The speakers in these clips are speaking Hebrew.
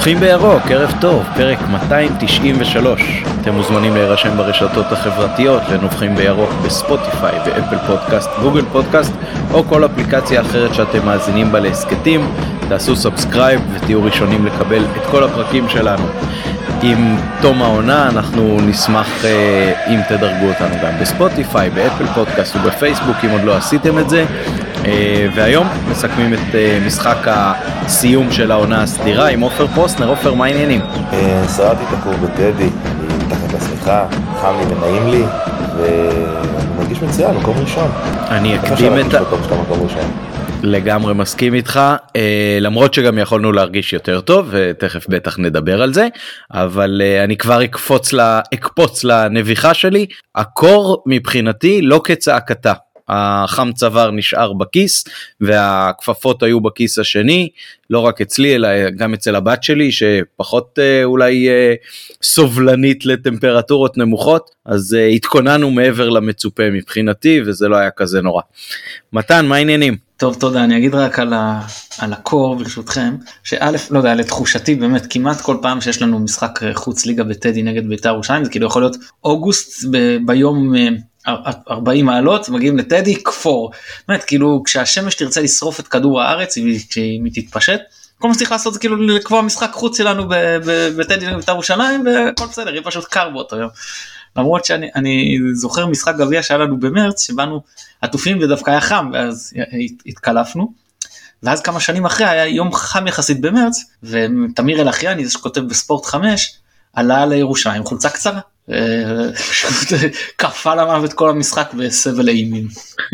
נובחים בירוק, ערב טוב, פרק 293. אתם מוזמנים להירשם ברשתות החברתיות לנובחים בירוק בספוטיפיי, באפל פודקאסט, גוגל פודקאסט או כל אפליקציה אחרת שאתם מאזינים בה להסקטים. תעשו סאבסקרייב ותהיו ראשונים לקבל את כל הפרקים שלנו. עם תום העונה אנחנו נשמח אם תדרגו אותנו גם בספוטיפיי, באפל פודקאסט ובפייסבוק אם עוד לא עשיתם את זה. והיום מסכמים את משחק הסיום של העונה הסדירה עם עופר פוסטנר. עופר, מה העניינים? שרדתי את הקור בטדי, אני מתחת לסליחה, חם לי ונעים לי ואני מרגיש מצוין, מקום ראשון. אני אקדים את לגמרי מסכים איתך, למרות שגם יכולנו להרגיש יותר טוב ותכף בטח נדבר על זה, אבל אני כבר אקפוץ לנביחה שלי. הקור מבחינתי לא כצעקתה, החם צוואר נשאר בכיס והכפפות היו בכיס השני, לא רק אצלי אלא גם אצל הבת שלי שפחות אולי סובלנית לטמפרטורות נמוכות, אז התכוננו מעבר למצופה מבחינתי וזה לא היה כזה נורא. מתן, מה העניינים? טוב, תודה. אני אגיד רק על הקור ברשותכם, שא', לא יודע, לתחושתי באמת כמעט כל פעם שיש לנו משחק חוץ ליגה בטדי נגד בית"ר ירושלים, זה כאילו יכול להיות אוגוסט ביום 40 מעלות, מגיעים לטדי כפור. באמת, כאילו כשהשמש תרצה לשרוף את כדור הארץ, כשהיא תתפשט, כל מה שצריך לעשות זה כאילו לקבוע משחק חוץ שלנו בטדי נגד בית"ר ירושלים, וכל בסדר, יהיה פשוט קר באותו יום. למרות שאני זוכר משחק גביע שהיה לנו במרץ, שבאנו עטופים ודווקא היה חם, ואז התקלפנו, ואז כמה שנים אחרי היה יום חם יחסית במרץ, ותמיר אלחייני, זה שכותב בספורט 5, עלה לירושלים, חולצה קצרה, קפה למוות כל המשחק בסבל אימים.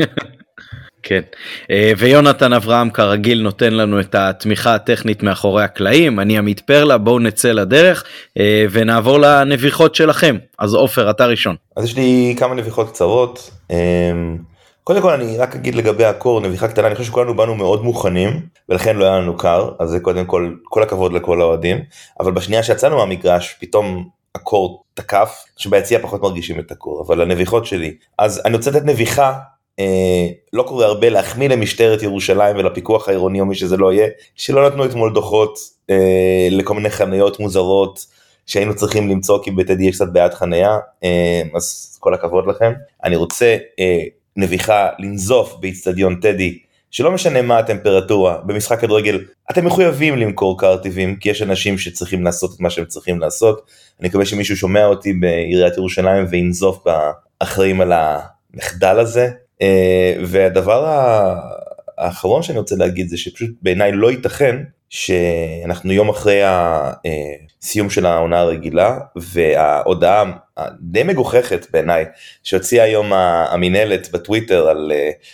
כן, ויונתן אברהם כרגיל נותן לנו את התמיכה הטכנית מאחורי הקלעים. אני עמית פרלה, בואו נצא לדרך ונעבור לנביחות שלכם. אז עופר, אתה ראשון. אז יש לי כמה נביחות קצרות. קודם כל אני רק אגיד לגבי הקור, נביחה קטנה, אני חושב שכולנו באנו מאוד מוכנים ולכן לא היה לנו קר, אז זה קודם כל הכבוד לכל האוהדים, אבל בשנייה שיצאנו מהמגרש פתאום הקור תקף, שביציע פחות מרגישים את הקור, אבל הנביחות שלי, אז אני רוצה לתת נביחה, לא קורה הרבה, להחמיא למשטרת ירושלים ולפיקוח העירוני או מי שזה לא יהיה, שלא נתנו אתמול דוחות לכל מיני חניות מוזרות שהיינו צריכים למצוא, כי בטדי יש קצת בעד חניה, אז כל הכבוד לכם. אני רוצה נביחה לנזוף באצטדיון טדי, שלא משנה מה הטמפרטורה, במשחק כדורגל אתם מחויבים למכור קרטיבים, כי יש אנשים שצריכים לעשות את מה שהם צריכים לעשות. אני מקווה שמישהו שומע אותי בעיריית ירושלים וינזוף באחראים על המחדל הזה. והדבר האחרון שאני רוצה להגיד זה שפשוט בעיניי לא ייתכן שאנחנו יום אחרי הסיום של העונה הרגילה, וההודעה די מגוחכת בעיניי שהוציאה היום המנהלת בטוויטר על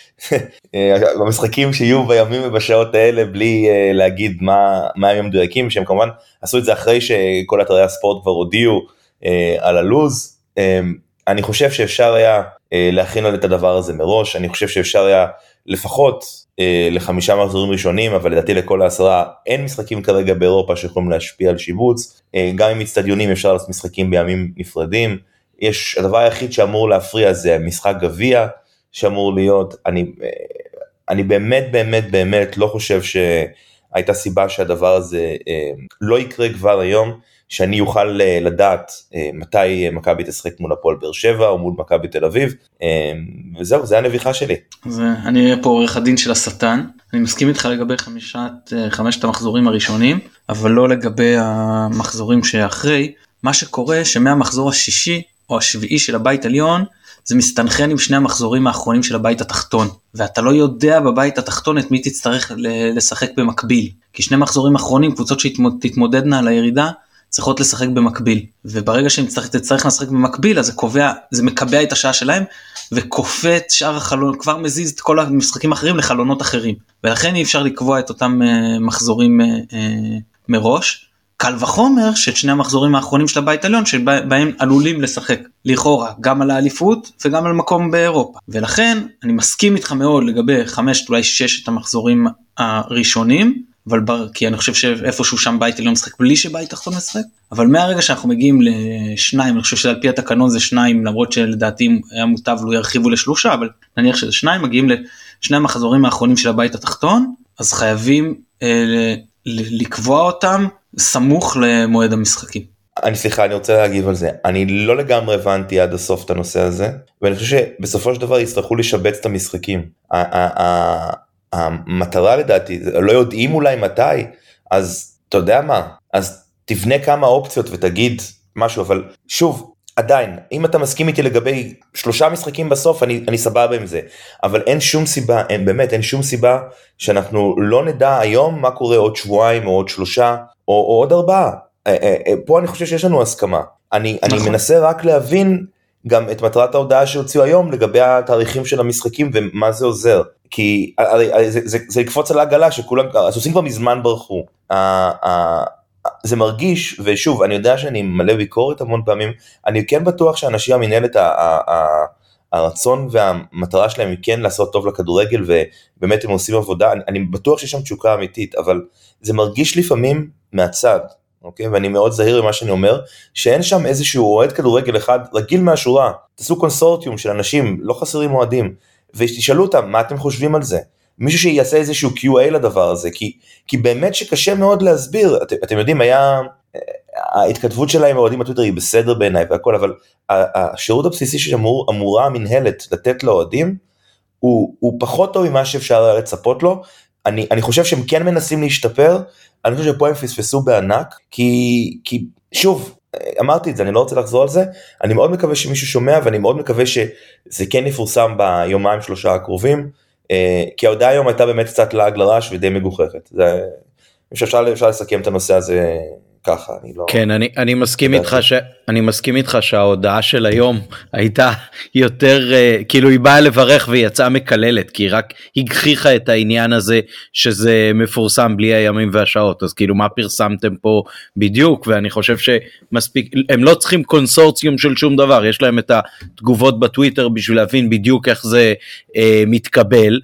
המשחקים שיהיו בימים ובשעות האלה, בלי להגיד מה הם מדויקים, שהם כמובן עשו את זה אחרי שכל אתרי הספורט כבר הודיעו על הלוז. אני חושב שאפשר היה להכין את הדבר הזה מראש, אני חושב שאפשר היה לפחות ל5 מחזורים ראשונים, אבל לדעתי לכל 10 אין משחקים כרגע באירופה שיכולים להשפיע על שיבוץ, גם עם אצטדיונים אפשר לעשות משחקים בימים נפרדים. יש הדבר היחיד שאמור להפריע זה משחק גביע שאמור להיות, אני באמת לא חושב שהייתה סיבה שהדבר הזה לא יקרה כבר היום, שאני אוכל לדעת מתי מכבי תשחק מול הפועל באר שבע או מול מכבי תל אביב, וזהו, זה הנביחה שלי. אני אהיה פה עורך הדין של השטן, אני מסכים איתך לגבי 5 המחזורים הראשונים, אבל לא לגבי המחזורים שאחרי. מה שקורה שמהמחזור השישי או השביעי של הבית עליון, זה מסתנכן עם 2 המחזורים האחרונים של הבית התחתון, ואתה לא יודע בבית התחתון את מי תצטרך לשחק במקביל, כי 2 מחזורים האחרונים, קבוצות שתתמודדנה על הירידה, צריכות לשחק במקביל, וברגע שהם תצטרך לשחק במקביל, אז זה מקבע את השעה שלהם, וכופה את שאר החלון, כבר מזיז את כל המשחקים האחרים לחלונות אחרים, ולכן אי אפשר לקבוע את אותם מחזורים מראש. קל וחומר שאת 2 המחזורים האחרונים של הבית עליון, שבהם עלולים לשחק לכאורה, גם על האליפות וגם על מקום באירופה, ולכן אני מסכים איתך מאוד לגבי 5 אולי 6 המחזורים הראשונים, כי אני חושב שאיפשהו שם בית עליון משחק בלי שבית תחתון משחק, אבל מהרגע שאנחנו מגיעים ל2, אני חושב שעל פי התקנון זה 2, למרות שלדעתי היה מוטב לא ירחיבו ל3, אבל נניח שזה 2, מגיעים ל2 המחזורים האחרונים של הבית התחתון, אז חייבים לקבוע אותם סמוך למועד המשחקים. אני רוצה להגיב על זה, אני לא לגמרי הבנתי עד הסוף את הנושא הזה, ואני חושב שבסופו של דבר יצטרכו לשבץ את המשחקים. המטרה לדעתי, לא יודעים אולי מתי, אז אתה יודע מה, אז תבנה כמה אופציות ותגיד משהו, אבל שוב, עדיין, אם אתה מסכים איתי לגבי 3 משחקים בסוף, אני סבבה עם זה, אבל אין שום סיבה, אין שום סיבה שאנחנו לא נדע היום מה קורה עוד שבועיים או עוד 3 או עוד 4. פה אני חושב שיש לנו הסכמה. אני מנסה רק להבין גם את מטרת ההודעה שהוציאו היום לגבי התאריכים של המשחקים ומה זה עוזר, כי זה יקפוץ על העגלה שכולם, הסוסים כבר מזמן ברחו. זה מרגיש, ושוב, אני יודע שאני מלא ביקורת המון פעמים, אני כן בטוח שאנשים המנהלת, הרצון והמטרה שלהם היא כן לעשות טוב לכדורגל, ובאמת הם עושים עבודה, אני בטוח שיש שם תשוקה אמיתית, אבל זה מרגיש לפעמים מהצד, אוקיי? ואני מאוד זהיר במה שאני אומר, שאין שם איזשהו אוהד כדורגל אחד, רגיל מהשורה, תעשו קונסורטיום של אנשים, לא חסרים אוהדים, ותשאלו אותם, מה אתם חושבים על זה? מישהו שיעשה איזשהו QA לדבר הזה, כי באמת שקשה מאוד להסביר, אתם יודעים, ההתכתבות שלהם האוהדים בטוויטר היא בסדר בעיניי והכל, אבל השירות הבסיסי שאמורה המנהלת לתת לאוהדים, הוא פחות טוב ממה שאפשר לצפות לו. אני חושב שהם כן מנסים להשתפר, אני חושב שפה הם פספסו בענק, כי שוב, אמרתי את זה, אני לא רוצה לחזור על זה, אני מאוד מקווה שמישהו שומע, ואני מאוד מקווה שזה כן יפורסם ביומיים 3 הקרובים, כי ההודעה היום הייתה באמת קצת לעג לרש ודי מגוחכת. אפשר לסכם את הנושא הזה ככה. כן, אני מסכים איתך שההודעה של היום הייתה יותר, כאילו היא באה לברך והיא יצאה מקללת, כי היא רק הגחיכה את העניין הזה שזה מפורסם בלי הימים והשעות, אז כאילו מה פרסמתם פה בדיוק, ואני חושב שמספיק, הם לא צריכים קונסורציום של שום דבר, יש להם את התגובות בטוויטר בשביל להבין בדיוק איך זה מתקבל,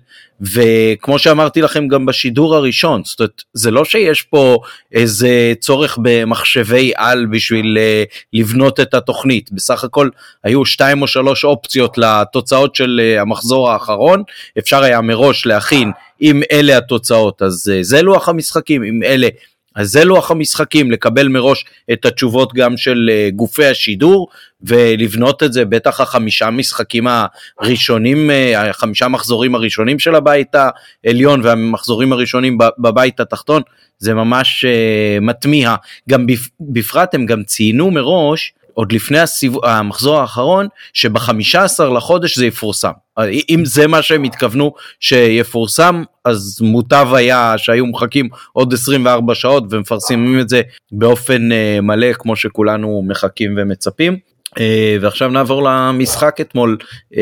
וכמו שאמרתי לכם גם בשידור הראשון, זאת אומרת, זה לא שיש פה איזה צורך במחשבי על בשביל לבנות את התוכנית, בסך הכל היו 2 או 3 אופציות לתוצאות של המחזור האחרון, אפשר היה מראש להכין אם אלה התוצאות, אז זה לוח המשחקים, אם אלה, אז זה לוח המשחקים, לקבל מראש את התשובות גם של גופי השידור, ולבנות את זה, בטח 5 משחקים הראשונים, 5 מחזורים הראשונים של הבית העליון, והמחזורים הראשונים בבית התחתון, זה ממש מטמיע, גם בפרט הם גם ציינו מראש, עוד לפני המחזור האחרון, שב-15 לחודש זה יפורסם. אם זה מה שהם התכוונו שיפורסם, אז מוטב היה שהיו מחכים עוד 24 שעות, ומפרסמים את זה באופן מלא, כמו שכולנו מחכים ומצפים. ועכשיו נעבור למשחק אתמול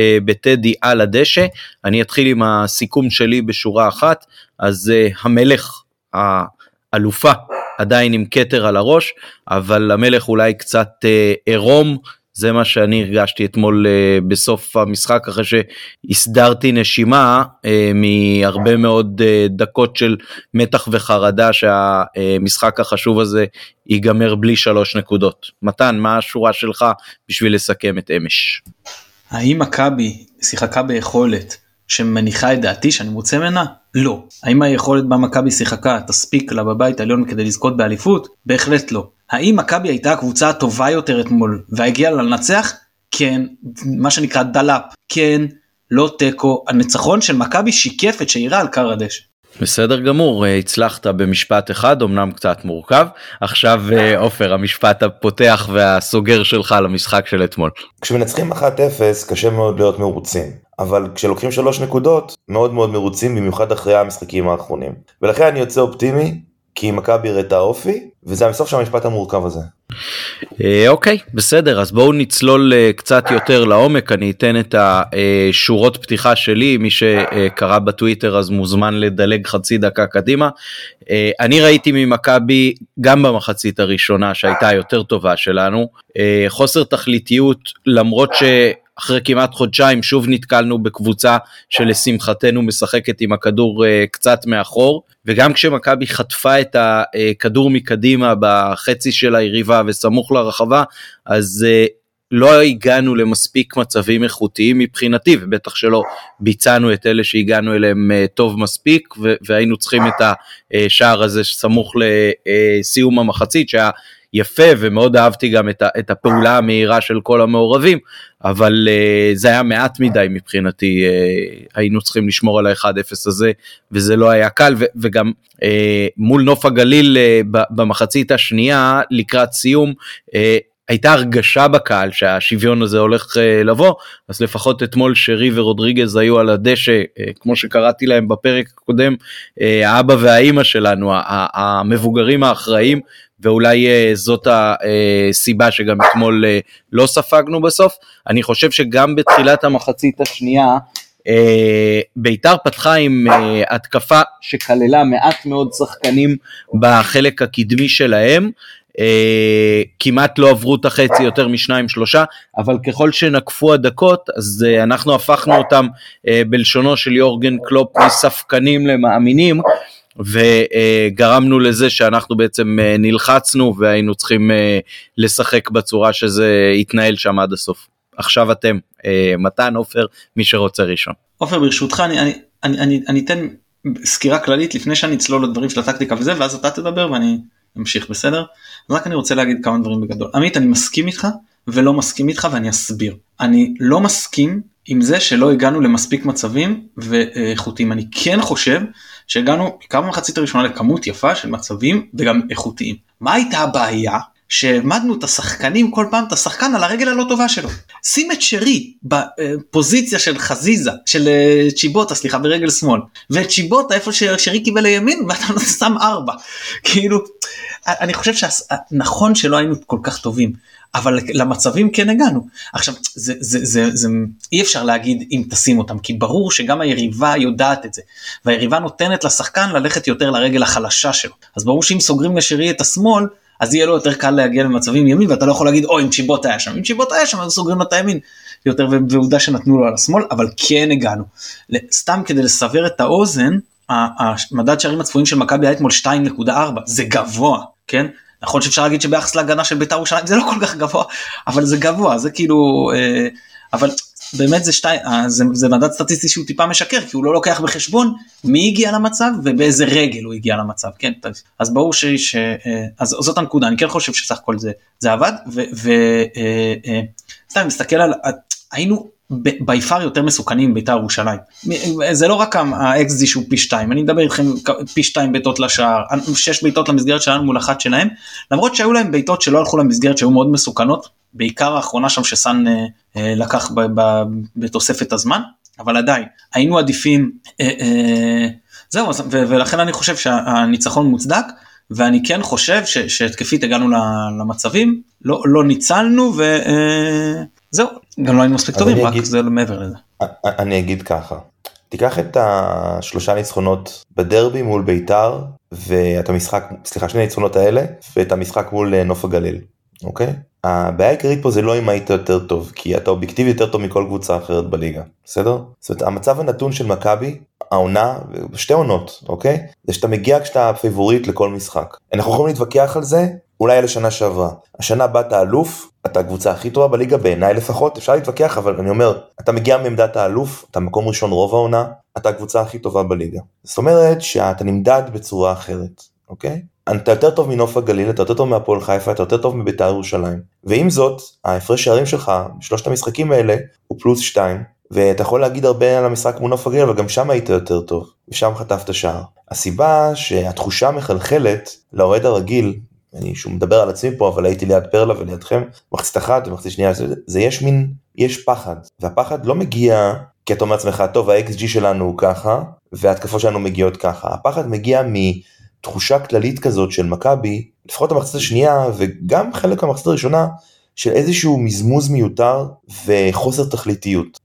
בטדי על הדשא. אני אתחיל עם הסיכום שלי בשורה אחת. אז המלך, האלופה, עדיין עם כתר על הראש, אבל המלך אולי קצת עירום, זה מה שאני הרגשתי אתמול בסוף המשחק, אחרי שהסדרתי נשימה מהרבה מאוד דקות של מתח וחרדה, שהמשחק החשוב הזה ייגמר בלי 3 נקודות. מתן, מה השורה שלך בשביל לסכם את אמש? האם מכבי שיחקה ביכולת שמניחה את דעתי שאני מוצא ממנה? לא. האם היכולת בה מכבי שיחקה תספיק לה בבית העליון כדי לזכות באליפות? בהחלט לא. האם מכבי הייתה הקבוצה הטובה יותר אתמול והגיעה לנצח? כן. מה שנקרא דלאפ. כן. לא טקו. הניצחון של מכבי שיקף את שעירה על קר הדשא. בסדר גמור, הצלחת במשפט אחד, אמנם קצת מורכב. עכשיו עופר, המשפט הפותח והסוגר שלך למשחק של אתמול. כשמנצחים 1-0 קשה מאוד להיות מרוצים, אבל כשלוקחים 3 נקודות מאוד מאוד מרוצים, במיוחד אחרי המשחקים האחרונים. ולכן אני יוצא אופטימי, כי מכבי ראתה אופי, וזה המסוף של המשפט המורכב הזה. אוקיי, בסדר, אז בואו נצלול קצת יותר לעומק, אני אתן את השורות פתיחה שלי, מי שקרא בטוויטר אז מוזמן לדלג חצי דקה קדימה. אני ראיתי ממכבי גם במחצית הראשונה שהייתה יותר טובה שלנו, חוסר תכליתיות, למרות אחרי כמעט חודשיים שוב נתקלנו בקבוצה שלשמחתנו משחקת עם הכדור קצת מאחור, וגם כשמכבי חטפה את הכדור מקדימה בחצי של היריבה וסמוך לרחבה, אז לא הגענו למספיק מצבים איכותיים מבחינתי, ובטח שלא ביצענו את אלה שהגענו אליהם טוב מספיק, והיינו צריכים את השער הזה סמוך לסיום המחצית, שהיה יפה, ומאוד אהבתי גם את הפעולה המהירה של כל המעורבים, אבל זה היה מעט מדי מבחינתי, היינו צריכים לשמור על ה-1-0 הזה, וזה לא היה קל, וגם מול נוף הגליל במחצית השנייה, לקראת סיום, הייתה הרגשה בקהל שהשוויון הזה הולך לבוא, אז לפחות אתמול שרי ורודריגז היו על הדשא, כמו שקראתי להם בפרק הקודם, האבא והאימא שלנו, המבוגרים האחראים, ואולי זאת הסיבה שגם אתמול לא ספגנו בסוף. אני חושב שגם בתחילת המחצית השנייה, ביתר פתחה עם התקפה שכללה מעט מאוד שחקנים בחלק הקדמי שלהם, כמעט לא עברו את החצי יותר מ2-3, אבל ככל שנקפו הדקות, אז אנחנו הפכנו אותם בלשונו של יורגן קלופ מספקנים למאמינים, וגרמנו לזה שאנחנו בעצם נלחצנו, והיינו צריכים לשחק בצורה שזה יתנהל שם עד הסוף. עכשיו אתם, מתן, עופר, מי שרוצה ראשון. עופר, ברשותך, אני אתן סקירה כללית לפני שאני אצלול לדברים של הטקטיקה וזה, ואז אתה תדבר ואני אמשיך, בסדר? אז רק אני רוצה להגיד כמה דברים בגדול. עמית, אני מסכים איתך ולא מסכים איתך, ואני אסביר. אני לא מסכים עם זה שלא הגענו למספיק מצבים ואיכותיים. אני כן חושב שהגענו כמה מחצית הראשונה לכמות יפה של מצבים וגם איכותיים. מה הייתה הבעיה? שהעמדנו את השחקנים כל פעם, את השחקן על הרגל הלא טובה שלו. שים את שרי בפוזיציה של חזיזה, של צ'יבוטה, סליחה, ברגל שמאל, ואת צ'יבוטה איפה ששרי קיבל לימין, ואתה שם 4. כאילו, אני חושב שנכון שלא היינו כל כך טובים, אבל למצבים כן הגענו. עכשיו, אי אפשר להגיד אם תשים אותם, כי ברור שגם היריבה יודעת את זה, והיריבה נותנת לשחקן ללכת יותר לרגל החלשה שלו. אז ברור שאם סוגרים לשרי את השמאל, אז יהיה לו יותר קל להגיע למצבים ימין, ואתה לא יכול להגיד, אם צ'יבוט היה שם. אם צ'יבוט היה שם, אז סוגרים לו את הימין יותר, ועובדה שנתנו לו על השמאל, אבל כן הגענו. סתם כדי לסבר את האוזן, המדד שערים הצפויים של מכבי היה אתמול 2.4, זה גבוה, כן? נכון שאפשר להגיד שביחס להגנה של בית"ר ירושלים, זה לא כל כך גבוה, אבל זה גבוה, זה כאילו, אבל באמת זה מדד סטטיסטי שהוא טיפה משקר, כי הוא לא לוקח בחשבון מי הגיע למצב ובאיזה רגל הוא הגיע למצב, כן? אז ברור אז זאת הנקודה, אני כן חושב שסך הכל זה עבד, סתם מסתכל על, היינו ביפר יותר מסוכנים בית"ר ירושלים, זה לא רק ה-XG שהוא פי 2, אני מדבר איתכם פי 2 ביתות לשער, 6 ביתות למסגרת שלנו מול אחת שלהם, למרות שהיו להם ביתות שלא הלכו למסגרת שהיו מאוד מסוכנות, בעיקר האחרונה שם שסן לקח בתוספת הזמן, אבל עדיין, היינו עדיפים, זהו, ולכן אני חושב שהניצחון מוצדק, ואני כן חושב שהתקפית הגענו למצבים, לא ניצלנו, וזהו, גם לא היינו מספיק טובים, רק זה מעבר לזה. אני אגיד ככה, תיקח את השלושה ניצחונות בדרבי מול ביתר, ואת המשחק, סליחה, שני הניצחונות האלה, ואת המשחק מול נוף הגליל, אוקיי? הבעיה העיקרית פה זה לא אם היית יותר טוב, כי אתה אובייקטיבי יותר טוב מכל קבוצה אחרת בליגה, בסדר? זאת אומרת, המצב הנתון של מכבי, העונה, שתי עונות, אוקיי? זה שאתה מגיע כשאתה פייבוריט לכל משחק. אנחנו יכולים להתווכח על זה, אולי על השנה שעברה. השנה באת האלוף, אתה הקבוצה הכי טובה בליגה, בעיניי לפחות, אפשר להתווכח, אבל אני אומר, אתה מגיע מעמדת האלוף, אתה מקום ראשון רוב העונה, אתה הקבוצה הכי טובה בליגה. זאת אומרת שאתה נמדד בצורה אחרת, אוקיי? אתה יותר טוב מנוף הגליל, אתה יותר טוב מהפועל חיפה, אתה יותר טוב מבית"ר ירושלים. ועם זאת, ההפרש שערים שלך, בשלושת המשחקים האלה, הוא פלוס 2, ואתה יכול להגיד הרבה על המשחק מול נוף הגליל, אבל גם שם היית יותר טוב, ושם חטפת שער. הסיבה שהתחושה מחלחלת לאוהד הרגיל, אני שוב מדבר על עצמי פה, אבל הייתי ליד פרלה ולידכם, מחצית אחת ומחצית שנייה, זה יש פחד, והפחד לא מגיע, כי אתה אומר לעצמך, טוב, ה-XG שלנו הוא ככה, וההתקפות שלנו מגיעות ככה. הפחד מגיע תחושה כללית כזאת של מכבי, לפחות המחצית השנייה, וגם חלק המחצית הראשונה, של איזשהו מזמוז מיותר וחוסר תכליתיות.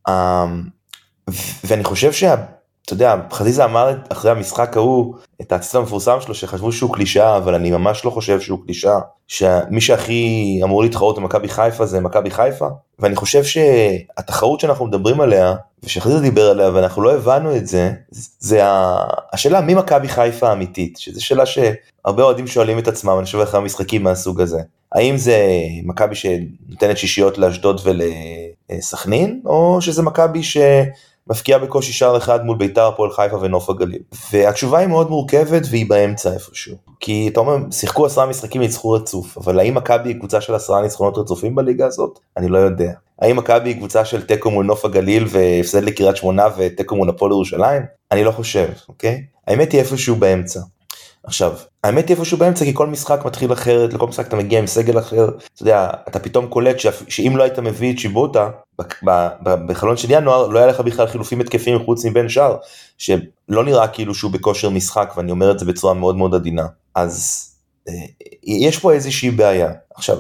ואני חושב אתה יודע, חזיזה אמר אחרי המשחק ההוא, את הציטוט המפורסם שלו, שחשבו שהוא קלישאה, אבל אני ממש לא חושב שהוא קלישאה, שמי שהכי אמור להתחרות במכבי חיפה זה מכבי חיפה, ואני חושב שהתחרות שאנחנו מדברים עליה, ושחזיזה דיבר עליה, ואנחנו לא הבנו את זה, זה השאלה מי מכבי חיפה האמיתית, שזו שאלה שהרבה אוהדים שואלים את עצמם, אני חושב אחרי המשחקים מהסוג הזה. האם זה מכבי שנותנת שישיות לאשדוד ולסכנין, או שזה מכבי שמפקיע בקושי שער אחד מול ביתר, הפועל חיפה ונוף הגליל. והתשובה היא מאוד מורכבת והיא באמצע איפשהו. כי אתה אומר, שיחקו 10 משחקים ניצחו רצוף, אבל האם מכבי היא קבוצה של 10 ניצחונות רצופים בליגה הזאת? אני לא יודע. האם מכבי היא קבוצה של תיקו מול נוף הגליל והפסד לקריית שמונה ותיקו מול הפועל ירושלים? אני לא חושב, אוקיי? האמת היא איפשהו באמצע. עכשיו, האמת היא איפשהו באמצע, כי כל משחק מתחיל אחרת, לכל משחק אתה מגיע עם סגל אחר, אתה יודע, אתה פתאום קולט שאם לא היית מביא את שיבוטה, בחלון של ינואר, לא היה לך בכלל חילופים התקפים מחוץ מבין שער, שלא נראה כאילו שהוא בכושר משחק, ואני אומר את זה בצורה מאוד מאוד עדינה. אז יש פה איזושהי בעיה. עכשיו,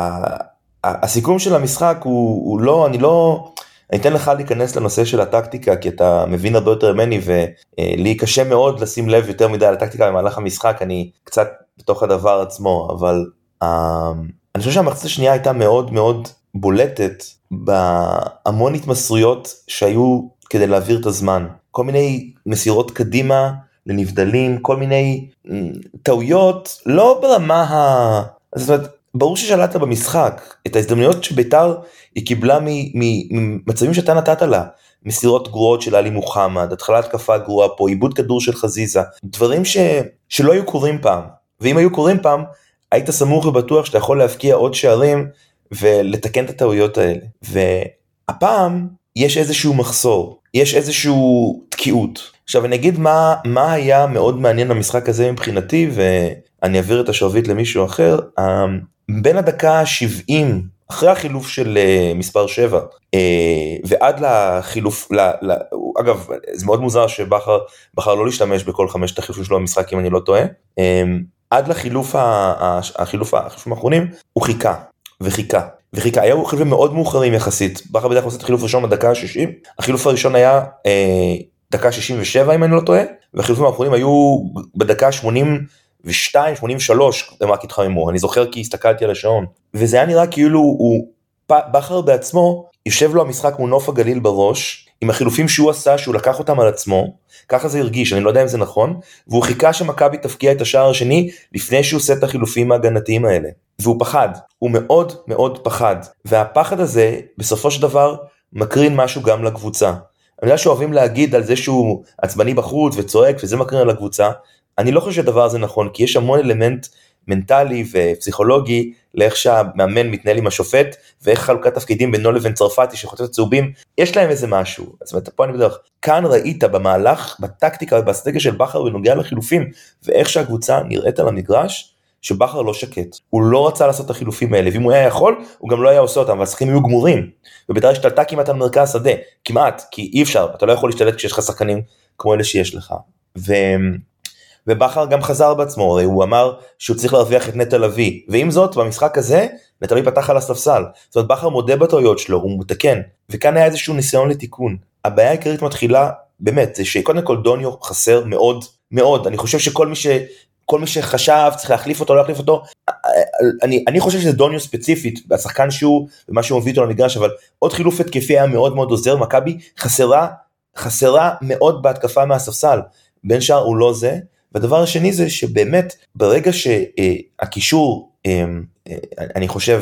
הסיכום של המשחק הוא לא, אני אתן לך להיכנס לנושא של הטקטיקה, כי אתה מבין הרבה יותר ממני, ולי קשה מאוד לשים לב יותר מדי על הטקטיקה במהלך המשחק, אני קצת בתוך הדבר עצמו, אבל אני חושב שהמחצית השנייה הייתה מאוד מאוד בולטת, בהמון התמסרויות שהיו כדי להעביר את הזמן, כל מיני מסירות קדימה לנבדלים, כל מיני טעויות, לא ברמה זאת אומרת, ברור ששלטת במשחק, את ההזדמנויות שביתר היא קיבלה ממצבים שאתה נתת לה, מסירות גרועות של אלי מוחמד, התחלת התקפה גרועה פה, עיבוד כדור של חזיזה, דברים שלא היו קורים פעם, ואם היו קורים פעם, היית סמוך ובטוח שאתה יכול להפקיע עוד שערים, ולתקן את הטעויות האלה, והפעם יש איזשהו מחסור, יש איזשהו תקיעות. עכשיו אני אגיד מה היה מאוד מעניין במשחק הזה מבחינתי, ואני אעביר את השרביט למישהו אחר, בין הדקה 70, אחרי החילוף של מספר 7, ועד לחילוף, אגב, זה מאוד מוזר שבחר לא להשתמש בכל 5 החילופים שלו במשחק, אם אני לא טועה, עד לחילוף האחרונים, הוא חיכה, היו חילופים מאוד מאוחרים יחסית, בחר בדרך כלל עושה את החילוף הראשון בדקה ה-60, החילוף הראשון היה דקה 67, אם אני לא טועה, והחילופים האחרונים היו בדקה 82, 83, למעק התחממו, אני זוכר כי הסתכלתי על השעון, וזה היה נראה כאילו בחר בעצמו, יושב לו המשחק מול נוף הגליל בראש, עם החילופים שהוא עשה, שהוא לקח אותם על עצמו, ככה זה הרגיש, אני לא יודע אם זה נכון, והוא חיכה שמכבי תפקיע את השער השני, לפני שהוא עושה את החילופים ההגנתיים האלה, והוא פחד, הוא מאוד מאוד פחד, והפחד הזה, בסופו של דבר, מקרין משהו גם לקבוצה. אני יודע שאוהבים להגיד על זה שהוא עצבני בחוץ וצועק, וזה מקרין על הקבוצה, אני לא חושב שהדבר הזה נכון, כי יש המון אלמנט מנטלי ופסיכולוגי, לאיך שהמאמן מתנהל עם השופט, ואיך חלוקת תפקידים בינו לבין צרפתי שחוטף את צהובים, יש להם איזה משהו. זאת אומרת, פה אני בדרך, כאן ראית במהלך, בטקטיקה ובאסטרטגיה של בחר בנוגע לחילופים, ואיך שהקבוצה נראית על המגרש, שבחר לא שקט. הוא לא רצה לעשות את החילופים האלה, ואם הוא היה יכול, הוא גם לא היה עושה אותם, אבל השחקנים היו גמורים. וביתר השתלטה כמעט על מרכז שדה, כמעט, כי אי אפשר, אתה לא יכול להשתלט כשיש לך שחקנים כמו אלה שיש לך. ובחר גם חזר בעצמו, הרי הוא אמר שהוא צריך להרוויח את נטע לביא, ועם זאת, במשחק הזה, נטע לביא פתח על הספסל, זאת אומרת, בחר מודה בטעויות שלו, הוא מתקן, וכאן היה איזשהו ניסיון לתיקון. הבעיה העיקרית מתחילה, באמת, זה שקודם כל דוניו חסר מאוד, מאוד, אני חושב שכל מי שחשב צריך להחליף אותו, לא להחליף אותו, אני חושב שזה דוניו ספציפית, השחקן שהוא, ומה שהוא מביא אותו למגרש, אבל עוד חילוף התקפי היה מאוד מאוד עוזר, מכבי חסרה מאוד בהתקפה מהספסל, בין שאר הוא לא זה, והדבר השני זה שבאמת ברגע שהקישור, אני חושב,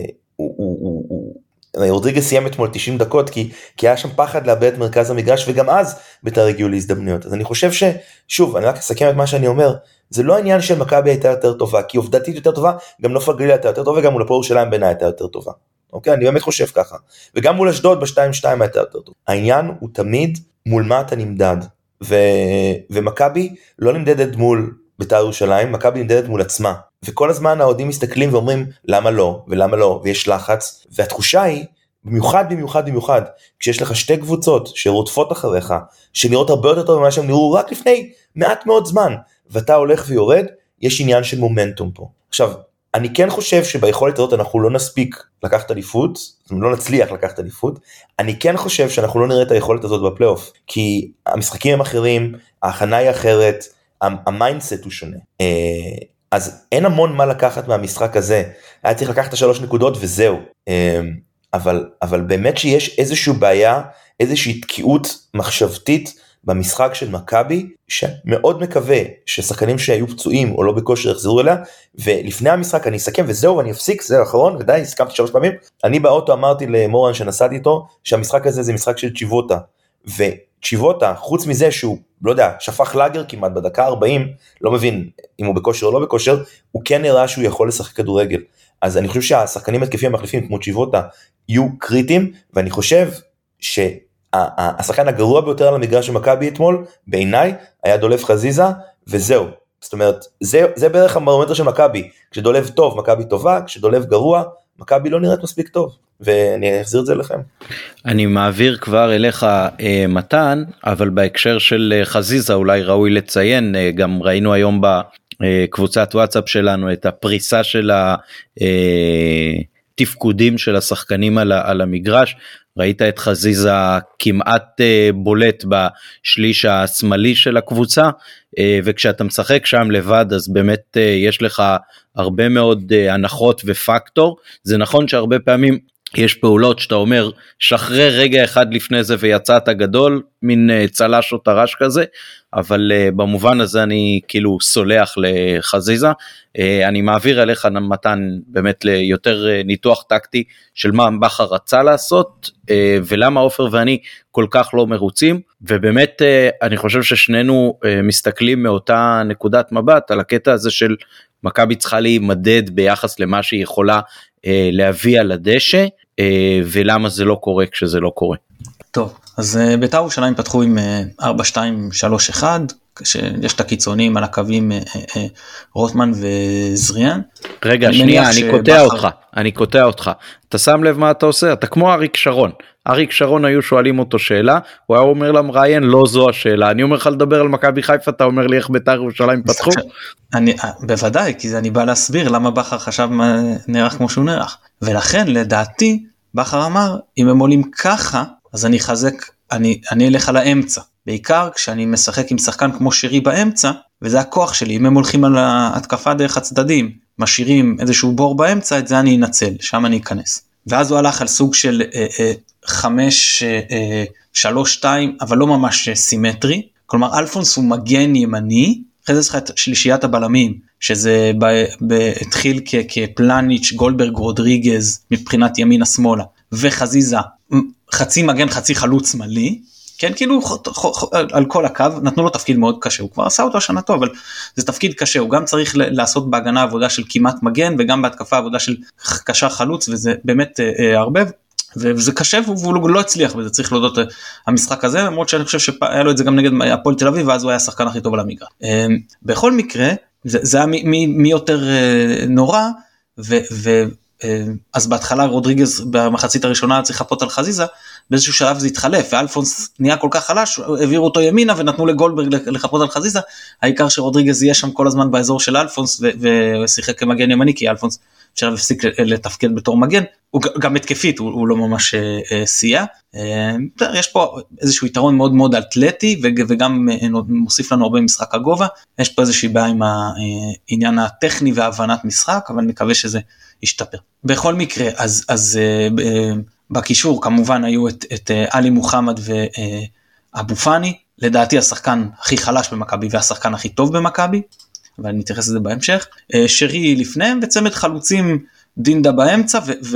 רודריגז סיים אתמול 90 דקות, כי היה שם פחד לאבד את מרכז המגרש, וגם אז ביתר הגיעו להזדמנויות. אז אני חושב ששוב, אני רק אסכם את מה שאני אומר, זה לא העניין של מכבי הייתה יותר טובה, כי עובדתית יותר טובה, גם נוף הגליל הייתה יותר טובה, וגם מול הפועל ירושלים בעיניי הייתה יותר טובה. אוקיי, אני באמת חושב ככה. וגם מול אשדוד ב-2-2 הייתה יותר טובה. העניין הוא תמיד מול מה אתה נמדד. ומכבי לא נמדדת מול ביתר ירושלים, מכבי נמדדת מול עצמה, וכל הזמן האוהדים מסתכלים ואומרים למה לא ולמה לא, ויש לחץ, והתחושה היא במיוחד כשיש לך שתי קבוצות שרודפות אחריך, שנראות הרבה יותר טוב ממה שהם נראו רק לפני מעט מאוד זמן, ואתה הולך ויורד, יש עניין של מומנטום פה. עכשיו, אני כן חושב שביכולת הזאת אנחנו לא נספיק לקחת אליפות, לא נצליח לקחת אליפות, אני כן חושב שאנחנו לא נראה את היכולת הזאת בפלייאוף, כי המשחקים הם אחרים, ההכנה היא אחרת, המיינדסט הוא שונה, אז אין המון מה לקחת מהמשחק הזה, היה צריך לקחת 3 נקודות וזהו, אבל באמת שיש איזושהי בעיה, איזושהי תקיעות מחשבתית במשחק של מכבי, שמאוד מקווה ששחקנים שהיו פצועים או לא בכושר יחזרו אליה, ולפני המשחק אני אסכם וזהו ואני אפסיק, זה האחרון, ודי, הסכמתי 3 פעמים, אני באוטו אמרתי למורן שנסעתי איתו, שהמשחק הזה זה משחק של צ'יבוטה, וצ'יבוטה, חוץ מזה שהוא, לא יודע, שפך לגר כמעט בדקה 40, לא מבין אם הוא בכושר או לא בכושר, הוא כן נראה שהוא יכול לשחק כדורגל, אז אני חושב שהשחקנים התקפים המחליפים כמו צ'יבוטה יהיו קריטיים, ואני חושב שהשחקן הגרוע ביותר על המגרש של מכבי אתמול, בעיניי, היה דולב חזיזה, וזהו. זאת אומרת, זה בערך הברומטר של מכבי. כשדולב טוב, מכבי טובה, כשדולב גרוע, מכבי לא נראית מספיק טוב. ואני אחזיר את זה לכם. אני מעביר כבר אליך מתן, אבל בהקשר של חזיזה אולי ראוי לציין, גם ראינו היום בקבוצת וואטסאפ שלנו את הפריסה של התפקודים של השחקנים על המגרש, ראית את חזיזה כמעט בולט בשליש השמאלי של הקבוצה, וכשאתה משחק שם לבד אז באמת יש לך הרבה מאוד הנחות ופקטור, זה נכון שהרבה פעמים יש פעולות שאתה אומר שחרר רגע אחד לפני זה ויצאת גדול, מין צלש או טרש כזה, אבל במובן הזה אני כאילו סולח לחזיזה, אני מעביר אליך מתן באמת ליותר ניתוח טקטי של מה בכר רצה לעשות, ולמה עופר ואני כל כך לא מרוצים, ובאמת אני חושב ששנינו מסתכלים מאותה נקודת מבט על הקטע הזה של מכבי צריכה להימדד ביחס למה שהיא יכולה להביא על הדשא, ולמה זה לא קורה כשזה לא קורה. טוב, אז בית"ר ירושלים פתחו עם 4-2-3-1, שיש את הקיצונים על הקווים רוטמן וזריאן. רגע, שנייה, אני קוטע אותך. אתה שם לב מה אתה עושה? אתה כמו אריק שרון. אריק שרון היו שואלים אותו שאלה, הוא היה אומר למראיין, לא זו השאלה. אני אומר לך לדבר על מכבי חיפה, אתה אומר לי איך בית"ר ירושלים פתחו? בוודאי, כי אני בא להסביר למה בכר חשב נערך כמו שהוא נערך. ולכן, לדעתי, בכר אמר, אם הם עולים ככה, אז אני חזק, אני אלך על האמצע. בעיקר כשאני משחק עם שחקן כמו שירי באמצע, וזה הכוח שלי, אם הם הולכים על ההתקפה דרך הצדדים, משאירים איזשהו בור באמצע, את זה אני אנצל, שם אני אכנס. ואז הוא הלך על סוג של 5-3-2, אבל לא ממש סימטרי, כלומר אלפונס הוא מגן ימני, אחרי זה צריך את שלישיית הבלמים, שזה התחיל כפלניץ', גולדברג, רודריגז, מבחינת ימינה שמאלה, וחזיזה, חצי מגן, חצי חלוץ שמאלי, כן, כאילו על כל הקו, נתנו לו תפקיד מאוד קשה, הוא כבר עשה אותו השנה טוב, אבל זה תפקיד קשה, הוא גם צריך לעשות בהגנה עבודה של כמעט מגן, וגם בהתקפה עבודה של קשר חלוץ, וזה באמת הרבה, וזה קשה, והוא לא הצליח, וזה צריך להודות המשחק הזה, למרות שאני חושב שהיה לו את זה גם נגד הפועל תל אביב, ואז הוא היה השחקן הכי טוב על המגרש. בכל מקרה, זה היה מי יותר נורא, אז בהתחלה רודריגז במחצית הראשונה צריך לחפות על חזיזה, באיזשהו שלב זה התחלף, ואלפונס נהיה כל כך חלש, העבירו אותו ימינה ונתנו לגולדברג לחפות על חזיזה, העיקר שרודריגז יהיה שם כל הזמן באזור של אלפונס, ושיחק כמגן ימני, כי אלפונס אפשר להפסיק לתפקד בתור מגן, הוא גם התקפית, הוא לא ממש סייע, יש פה איזשהו יתרון מאוד מאוד אתלטי, וגם מוסיף לנו הרבה משחק הגובה, יש פה איזושהי בעיה עם העניין הטכני והבנת משחק, אבל מקווה שזה ישתפר. בכל מקרה, אז בקישור כמובן היו את אלי מוחמד ואבו פאני, לדעתי השחקן הכי חלש במכבי והשחקן הכי טוב במכבי, אבל אני אתייחס לזה בהמשך, שרי לפניהם וצמד חלוצים דינדה באמצע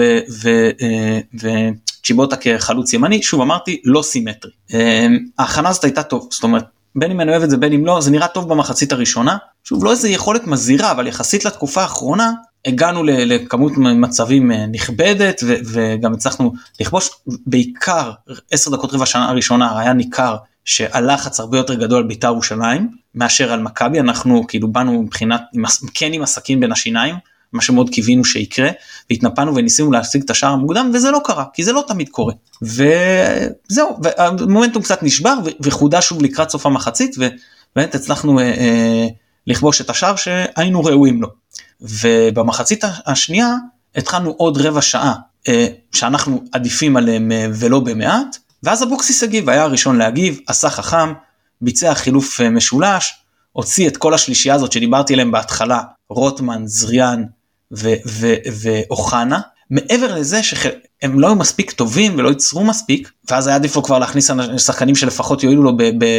וצ'יבוטה כחלוץ ימני, שוב אמרתי לא סימטרי. ההכנה הזאת הייתה טוב, זאת אומרת בין אם אני אוהב את זה בין אם לא, זה נראה טוב במחצית הראשונה, שוב לא איזה יכולת מזהירה, אבל יחסית לתקופה האחרונה, הגענו לכמות מצבים נכבדת, וגם הצלחנו לכבוש, בעיקר 10 דקות רבע שנה הראשונה, היה ניכר שהלחץ הרבה יותר גדול על בית"ר ירושלים, מאשר על מכבי, אנחנו כאילו באנו מבחינת, כן עם עסקים בין השיניים, מה שמאוד קיווינו שיקרה, והתנפנו וניסינו להשיג את השער המוקדם, וזה לא קרה, כי זה לא תמיד קורה. וזהו, והמומנטום קצת נשבר, וחודש שוב לקראת סוף המחצית, ובאמת הצלחנו לכבוש את השער שהיינו ראויים לו. ובמחצית השנייה, התחלנו עוד רבע שעה, שאנחנו עדיפים עליהם ולא במעט, ואז אבוקסיס הגיב, היה הראשון להגיב, עשה חכם, ביצע חילוף משולש, הוציא את כל השלישייה הזאת שדיברתי עליהם בהתחלה, רוטמן, זריאן ואוחנה, מעבר לזה שהם לא היו מספיק טובים ולא ייצרו מספיק, ואז היה עדיף לו כבר להכניס שחקנים שלפחות יועילו לו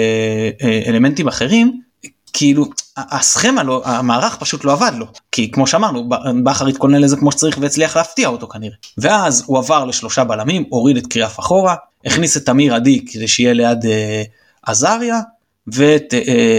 באלמנטים אחרים, כאילו הסכמה לא, המערך פשוט לא עבד לו, כי כמו שאמרנו, בכר התכונן לזה כמו שצריך והצליח להפתיע אותו כנראה, ואז הוא עבר ל3 בלמים, הוריד את קריאף אחורה, הכניס את תמיר עדי כדי שיהיה ליד עזריה, ואת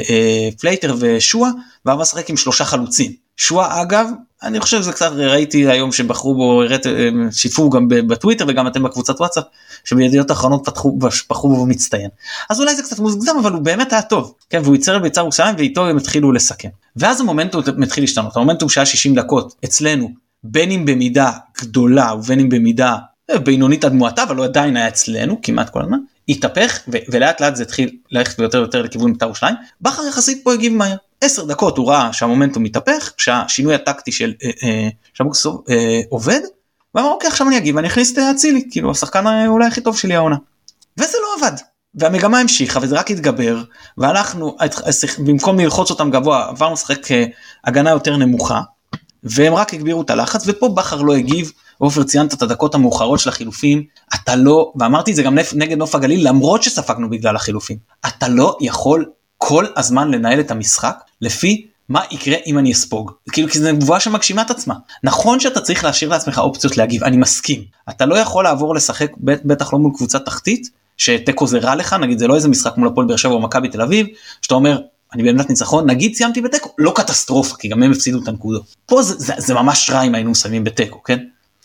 פלייטר ושואה, ועבר לשחק עם 3 חלוצים. שואה אגב, אני חושב שזה קצת, ראיתי היום שבחרו בו, שיתפו גם בטוויטר וגם אתם בקבוצת וואטסאפ, שבידיעות האחרונות בחרו בו מצטיין. אז אולי זה קצת מוזגזם, אבל הוא באמת היה טוב, כן, והוא ייצר ביצר ירושלים, ואיתו הם התחילו לסכם. ואז המומנטום מתחיל להשתנות, המומנטום שהיה 60 דקות אצלנו, בין אם במידה גדולה, ובין אם במידה בינונית עד מועטה, אבל הוא עדיין היה אצלנו, כמעט כל הזמן, התהפך, ולאט לאט זה התחיל ללכת יותר ויותר לכיוון בית"ר ירושלים. בכר יחסית פה הגיב מהר. 10 דקות הוא ראה שהמומנטום מתהפך, שהשינוי הטקטי של שבוקסוב עובד, ואמר אוקיי, עכשיו אני אגיב, ואני אכניס את אצילי, כאילו השחקן אולי הכי טוב שלי העונה. וזה לא עבד. והמגמה המשיכה, וזה רק התגבר, ואנחנו, במקום ללחוץ אותם גבוה, עברנו לשחק הגנה יותר נמוכה, והם רק הגבירו את הלחץ, ופה בכר לא הגיב, ואופר ציינת את הדקות המאוחרות של החילופים, אתה לא, ואמרתי את זה גם נגד נוף הגליל, למרות שספגנו בגלל החילופים, אתה לא יכול כל הזמן לנהל את המשחק, לפי מה יקרה אם אני אספוג, כאילו כי זה נבואה שמגשימה את עצמה, נכון שאתה צריך להשאיר לעצמך אופציות להגיב, אני מסכים, אתה לא יכול לעבור לשחק, בטח לא מול קבוצה תחתית, שטקו זה רע לך, נגיד זה לא איזה משחק מול הפועל באר שבע או מכבי תל אביב, שאתה אומר, אני בעמדת ניצחון, נגיד סיימתי בטקו, לא קטסטרופה, כי גם הם הפסידו את הנקודות, פה זה ממש רע אם היינו מסיימים בטקו, כן?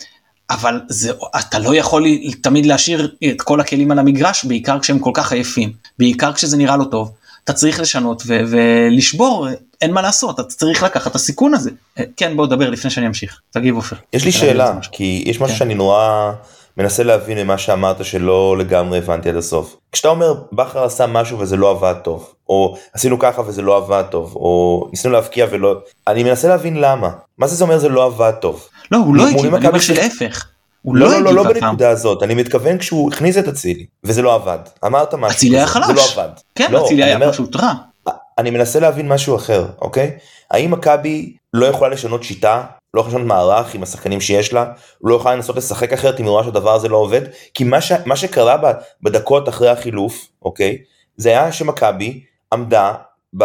אבל אתה לא יכול תמיד להשאיר את כל הכלים על המגרש, בעיקר כשהם כל כך עייפים, בעיקר כשזה נראה לא טוב, אתה צריך לשנות ולשבור, אין מה לעשות, אתה צריך לקחת את הסיכון הזה. כן, בוא דבר לפני שאני אמשיך, תגיב אופר. יש לי שאלה, כי יש משהו שאני נורא מנסה להבין ממה שאמרת שלא לגמרי הבנתי עד הסוף. כשאתה אומר, בכר עשה משהו וזה לא עבד טוב, או עשינו ככה וזה לא עבד טוב, או ניסינו להפקיע ולא, אני מנסה להבין למה. מה זה אומר זה לא עבד טוב? לא, הוא לא הגיב, אני אומר שלהפך. לא בנקודה הזאת, אני מתכוון כשהוא הכניס את אצילי, וזה לא עבד. אמרת משהו, אצילי היה חלש. זה לא עבד. כן, אצילי היה פשוט רע. אני מנסה להבין משהו אחר, אוקיי? האם מכבי לא יכולה לשנות שיטה, לא יכולה לשנות מערך עם השחקנים שיש לה, לא יכולה לנסות לשחק אחרת אם היא רואה שהדבר הזה לא עובד? כי מה שקרה בדקות אחרי החילוף, אוקיי? זה היה שמכבי עמדה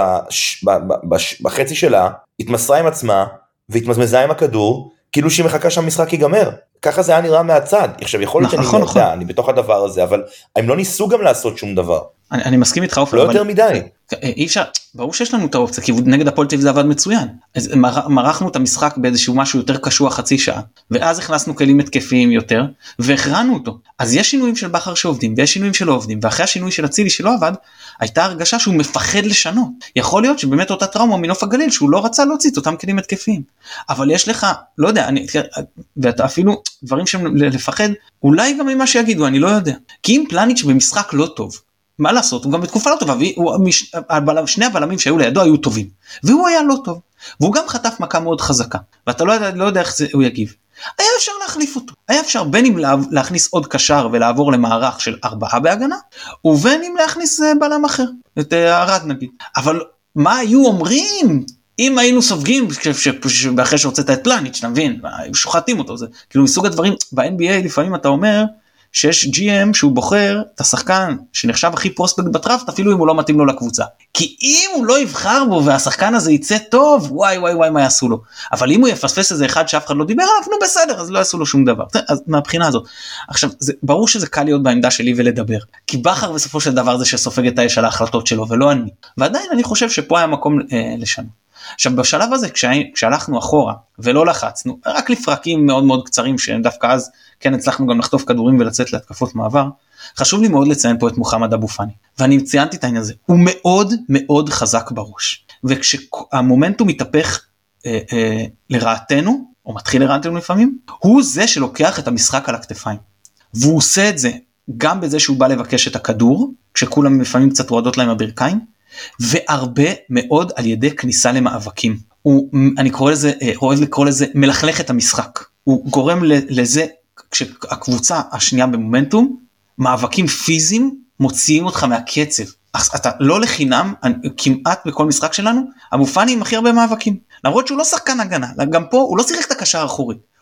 בחצי שלה, התמסרה עם עצמה, והתמזמזה עם הכדור, כאילו שהיא מחכה שהמשחק ייגמר. ככה זה היה נראה מהצד. עכשיו יכול להיות שאני יודע, אני בתוך הדבר הזה, אבל הם לא ניסו גם לעשות שום דבר. אני מסכים איתך אופן. לא יותר מדי. אי אפשר, ברור שיש לנו את האופציה, כי נגד הפועל תל אביב זה עבד מצוין. אז מרחנו את המשחק באיזשהו משהו יותר קשוח חצי שעה, ואז הכנסנו כלים התקפיים יותר, והכרענו אותו. אז יש שינויים של בכר שעובדים, ויש שינויים שלא עובדים, ואחרי השינוי של אצילי שלא עבד, הייתה הרגשה שהוא מפחד לשנות. יכול להיות שבאמת אותה טראומה מנוף הגליל, שהוא לא רצה להוציא את אותם כלים התקפיים. אבל יש לך, לא יודע, ואתה אפילו דברים שלפחד, אולי גם ממה שיגידו, אני לא יודע. כי אם פלניץ' במשחק לא טוב, מה לעשות? הוא גם בתקופה לא טובה, שני הבלמים שהיו לידו היו טובים, והוא היה לא טוב, והוא גם חטף מכה מאוד חזקה, ואתה לא יודע איך הוא יגיב. היה אפשר להחליף אותו, היה אפשר בין אם להכניס עוד קשר ולעבור למערך של 4 בהגנה, ובין אם להכניס בלם אחר, את הרד נגיד. אבל מה היו אומרים אם היינו סופגים, אחרי שהוצאת את פלניץ', אתה מבין? שוחטים אותו, זה כאילו מסוג הדברים, ב-NBA לפעמים אתה אומר, שיש GM שהוא בוחר את השחקן שנחשב הכי פרוספקט בטראפט, אפילו אם הוא לא מתאים לו לקבוצה. כי אם הוא לא יבחר בו והשחקן הזה יצא טוב, וואי מה יעשו לו. אבל אם הוא יפספס איזה אחד שאף אחד לא דיבר עליו, נו בסדר, אז לא יעשו לו שום דבר. אז מהבחינה הזאת. עכשיו, ברור שזה קל להיות בעמדה שלי ולדבר. כי בכר בסופו של דבר זה שסופג את האש על ההחלטות שלו, ולא אני. ועדיין אני חושב שפה היה מקום לשנות. עכשיו בשלב הזה כשהלכנו אחורה ולא לחצנו, רק לפרקים מאוד מאוד קצרים שדווקא אז כן הצלחנו גם לחטוף כדורים ולצאת להתקפות מעבר, חשוב לי מאוד לציין פה את מוחמד אבו פאני, ואני ציינתי את העניין הזה, הוא מאוד מאוד חזק בראש, וכשהמומנטום מתהפך לרעתנו, או מתחיל לרעתנו לפעמים, הוא זה שלוקח את המשחק על הכתפיים, והוא עושה את זה גם בזה שהוא בא לבקש את הכדור, כשכולם לפעמים קצת רועדות להם הברכיים, והרבה מאוד על ידי כניסה למאבקים. אני אוהב לקרוא לזה מלכלך את המשחק. הוא גורם לזה, כשהקבוצה השנייה במומנטום, מאבקים פיזיים מוציאים אותך מהקצב. אתה לא לחינם, כמעט בכל משחק שלנו, אבו פאני עם הכי הרבה מאבקים. למרות שהוא לא שחקן הגנה, גם פה הוא לא שיחק את הקשר האחורי.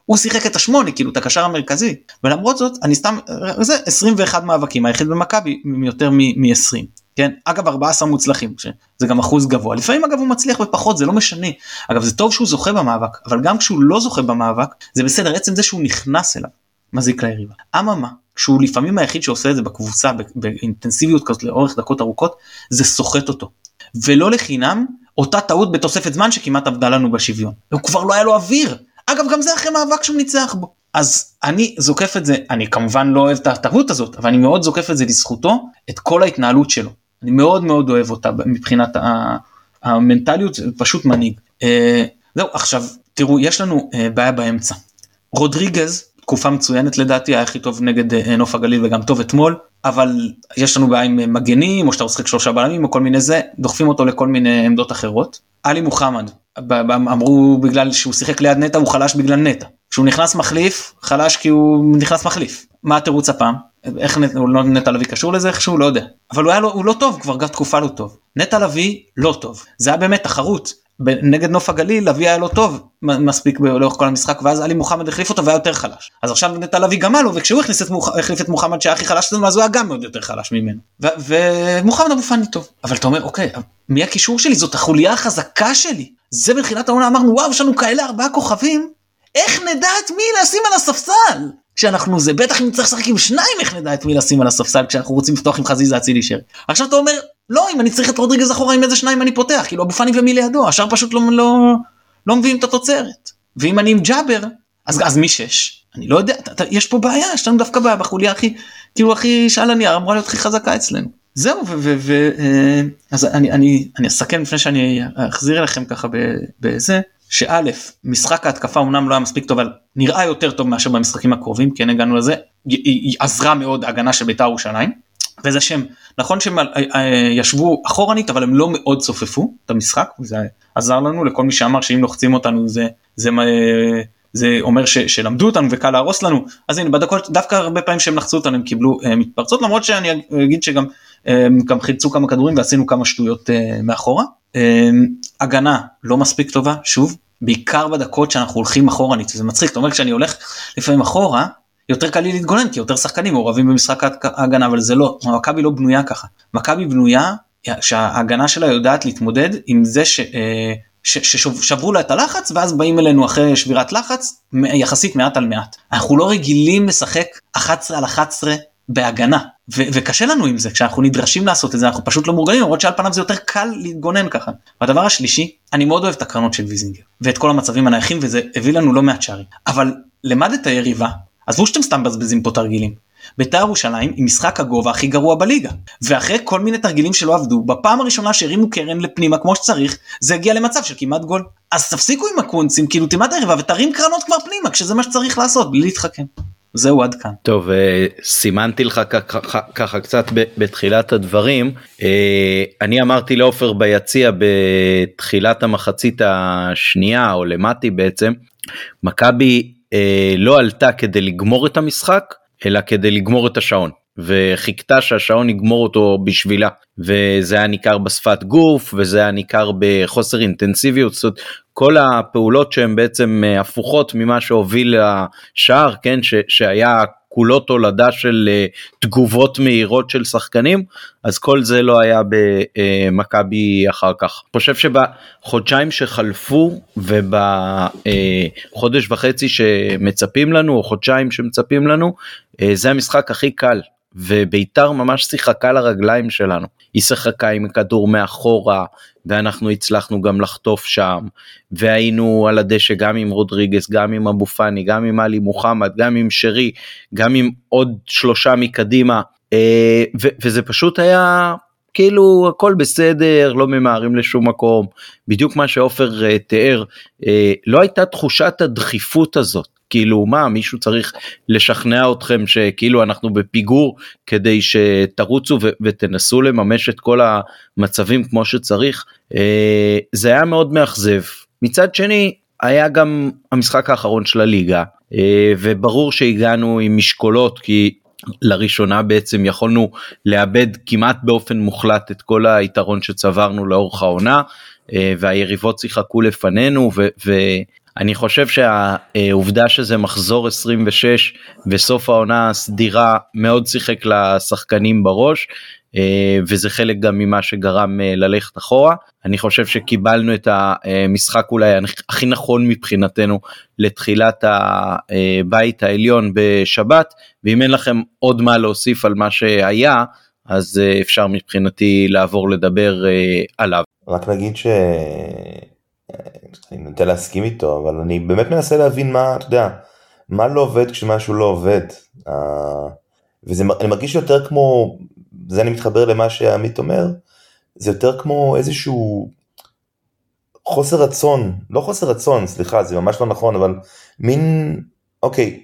הוא שיחק את 8, כאילו את הקשר המרכזי, ולמרות זאת, אני סתם, זה 21 מאבקים, היחיד במכבי, יותר מ-20, כן? אגב, 14 מוצלחים, זה גם אחוז גבוה, לפעמים אגב הוא מצליח בפחות, זה לא משנה, אגב זה טוב שהוא זוכה במאבק, אבל גם כשהוא לא זוכה במאבק, זה בסדר, עצם זה שהוא נכנס אליו, מזיק ליריבה. אממה, שהוא לפעמים היחיד שעושה את זה בקבוצה, באינטנסיביות כזאת לאורך דקות ארוכות, זה סוחט אותו. ולא לחינם, אותה טעות בתוספת זמן שכמעט עבדה לנו בשוויון. הוא כבר לא היה לו אוויר. אגב, גם זה אחרי מאבק שהוא ניצח בו. אז אני זוקף את זה, אני כמובן לא אוהב את הטעות הזאת, אבל אני מאוד זוקף את זה לזכותו, את כל ההתנהלות שלו. אני מאוד מאוד אוהב אותה מבחינת המנטליות, פשוט מנהיג. זהו, עכשיו, תראו, יש לנו בעיה באמצע. רודריגז, תקופה מצוינת לדעתי, היה הכי טוב נגד נוף הגליל וגם טוב אתמול, אבל יש לנו בעיה עם מגנים, או שאתה משחק 3 בלמים, או כל מיני זה, דוחפים אותו לכל מיני עמדות אחרות. עלי מוחמד, אמרו בגלל שהוא שיחק ליד נטע, הוא חלש בגלל נטע. כשהוא נכנס מחליף, חלש כי הוא נכנס מחליף. מה התירוץ הפעם? איך נטע לביא קשור לזה? איכשהו לא יודע. אבל הוא לא טוב, כבר גם תקופה לא טוב. נטע לביא לא טוב. זה היה באמת תחרות. נגד נוף הגליל, לביא היה לא טוב מספיק לאורך כל המשחק, ואז עלי מוחמד החליף אותו והיה יותר חלש. אז עכשיו נטע לביא גם לו, וכשהוא החליף את מוחמד שהיה הכי חלש, אז הוא היה גם מאוד יותר חלש ממנו. ומוחמד אבו פאני טוב. אבל אתה אומר, אוקיי, מי הקישור שלי? זאת החוליה החזקה שלי. זה בתחילת העונה אמרנו, וואו, יש לנו כאלה 4 כוכבים, איך נדע את מי לשים על הספסל? כשאנחנו זה, בטח אם צריך לשחק עם 2, איך נדע את מי לשים על הספסל, כשאנחנו רוצים לפתוח עם חזיזה אצילי שרי. עכשיו אתה אומר, לא, אם אני צריך את רודריגז אחורה, עם איזה 2 אני פותח, כאילו אבו פאני ומי לידו, השאר פשוט לא מביאים את התוצרת. ואם אני עם ג'אבר, אז מי 6? אני לא יודע, יש פה בעיה, יש לנו דווקא בעיה, בחוליה הכי שעל הנייר, אמורה להיות הכי חזקה אצלנו. זהו, אז אני אסכם לפני שאני אחזיר אליכם ככה בזה, שא', משחק ההתקפה אומנם לא היה מספיק טוב, אבל נראה יותר טוב מאשר במשחקים הקרובים, כן הגענו לזה, היא עזרה מאוד ההגנה של בית"ר ירושלים, וזה שהם, נכון שהם ישבו אחורנית, אבל הם לא מאוד צופפו את המשחק, וזה עזר לנו לכל מי שאמר שאם לוחצים אותנו זה אומר שלמדו אותנו וקל להרוס לנו, אז הנה בדקות, דווקא הרבה פעמים שהם לחצו אותנו הם קיבלו מתפרצות, למרות שאני אגיד שגם חילצו כמה כדורים ועשינו כמה שטויות מאחורה. הגנה לא מספיק טובה, שוב, בעיקר בדקות שאנחנו הולכים אחורנית, זה מצחיק, זאת אומרת כשאני הולך לפעמים אחורה, יותר קל לי להתגונן, כי יותר שחקנים מעורבים במשחק ההגנה, אבל זה לא, מכבי לא בנויה ככה, מכבי בנויה שההגנה שלה יודעת להתמודד עם זה ששברו לה את הלחץ, ואז באים אלינו אחרי שבירת לחץ, יחסית מעט על מעט. אנחנו לא רגילים לשחק 11 על 11 בהגנה, וקשה לנו עם זה, כשאנחנו נדרשים לעשות את זה, אנחנו פשוט לא מורגלים, למרות שעל פניו זה יותר קל להתגונן ככה. והדבר השלישי, אני מאוד אוהב את הקרנות של ויזינגר, ואת כל המצבים הנייחים, וזה הביא לנו לא מעט שערים. אבל למד את היריבה, עזבו שאתם סתם בזבזים פה תרגילים. בית"ר ירושלים היא משחק הגובה הכי גרוע בליגה, ואחרי כל מיני תרגילים שלא עבדו, בפעם הראשונה שהרימו קרן לפנימה כמו שצריך, זה הגיע למצב של כמעט גול. אז תפסיקו עם הקונצים, כאילו תימת היריבה, ותרים קרנות כבר פנימה, כשזה מה שצריך לעשות, בלי להתחכם. זהו עד כאן. טוב, סימנתי לך ככה קצת בתחילת הדברים, אני אמרתי לאופר ביציע בתחילת המחצית השנייה, או למטי בעצם, מכבי לא עלתה כדי לגמור את המשחק, אלא כדי לגמור את השעון, וחיכתה שהשעון יגמור אותו בשבילה, וזה היה ניכר בשפת גוף, וזה היה ניכר בחוסר אינטנסיביות, זאת אומרת, כל הפעולות שהן בעצם הפוכות ממה שהוביל לשער, כן, שהיה כולו תולדה של תגובות מהירות של שחקנים, אז כל זה לא היה במכבי אחר כך. אני חושב שבחודשיים שחלפו, ובחודש וחצי שמצפים לנו, או חודשיים שמצפים לנו, זה המשחק הכי קל, וביתר ממש שיחקה לרגליים שלנו, היא שיחקה עם כדור מאחורה, ואנחנו הצלחנו גם לחטוף שם, והיינו על הדשא גם עם רודריגז, גם עם אבו פאני, גם עם עלי מוחמד, גם עם שרי, גם עם עוד 3 מקדימה, וזה פשוט היה כאילו הכל בסדר, לא ממהרים לשום מקום, בדיוק מה שאופר תיאר, לא הייתה תחושת הדחיפות הזאת, כאילו מה, מישהו צריך לשכנע אתכם שכאילו אנחנו בפיגור, כדי שתרוצו ותנסו לממש את כל המצבים כמו שצריך, זה היה מאוד מאכזב. מצד שני, היה גם המשחק האחרון של הליגה, וברור שהגענו עם משקולות, כי לראשונה בעצם יכולנו לאבד כמעט באופן מוחלט את כל היתרון שצברנו לאורך העונה, והיריבות שיחקו לפנינו, אני חושב שהעובדה שזה מחזור 26 וסוף העונה הסדירה מאוד שיחק לשחקנים בראש, וזה חלק גם ממה שגרם ללכת אחורה. אני חושב שקיבלנו את המשחק אולי הכי נכון מבחינתנו לתחילת הבית העליון בשבת, ואם אין לכם עוד מה להוסיף על מה שהיה, אז אפשר מבחינתי לעבור לדבר עליו. רק נגיד אני נוטה להסכים איתו, אבל אני באמת מנסה להבין מה, אתה יודע, מה לא עובד כשמשהו לא עובד. אני מרגיש יותר כמו, זה אני מתחבר למה שעמית אומר, זה יותר כמו איזשהו חוסר רצון, לא חוסר רצון, סליחה, זה ממש לא נכון, אבל מין, אוקיי,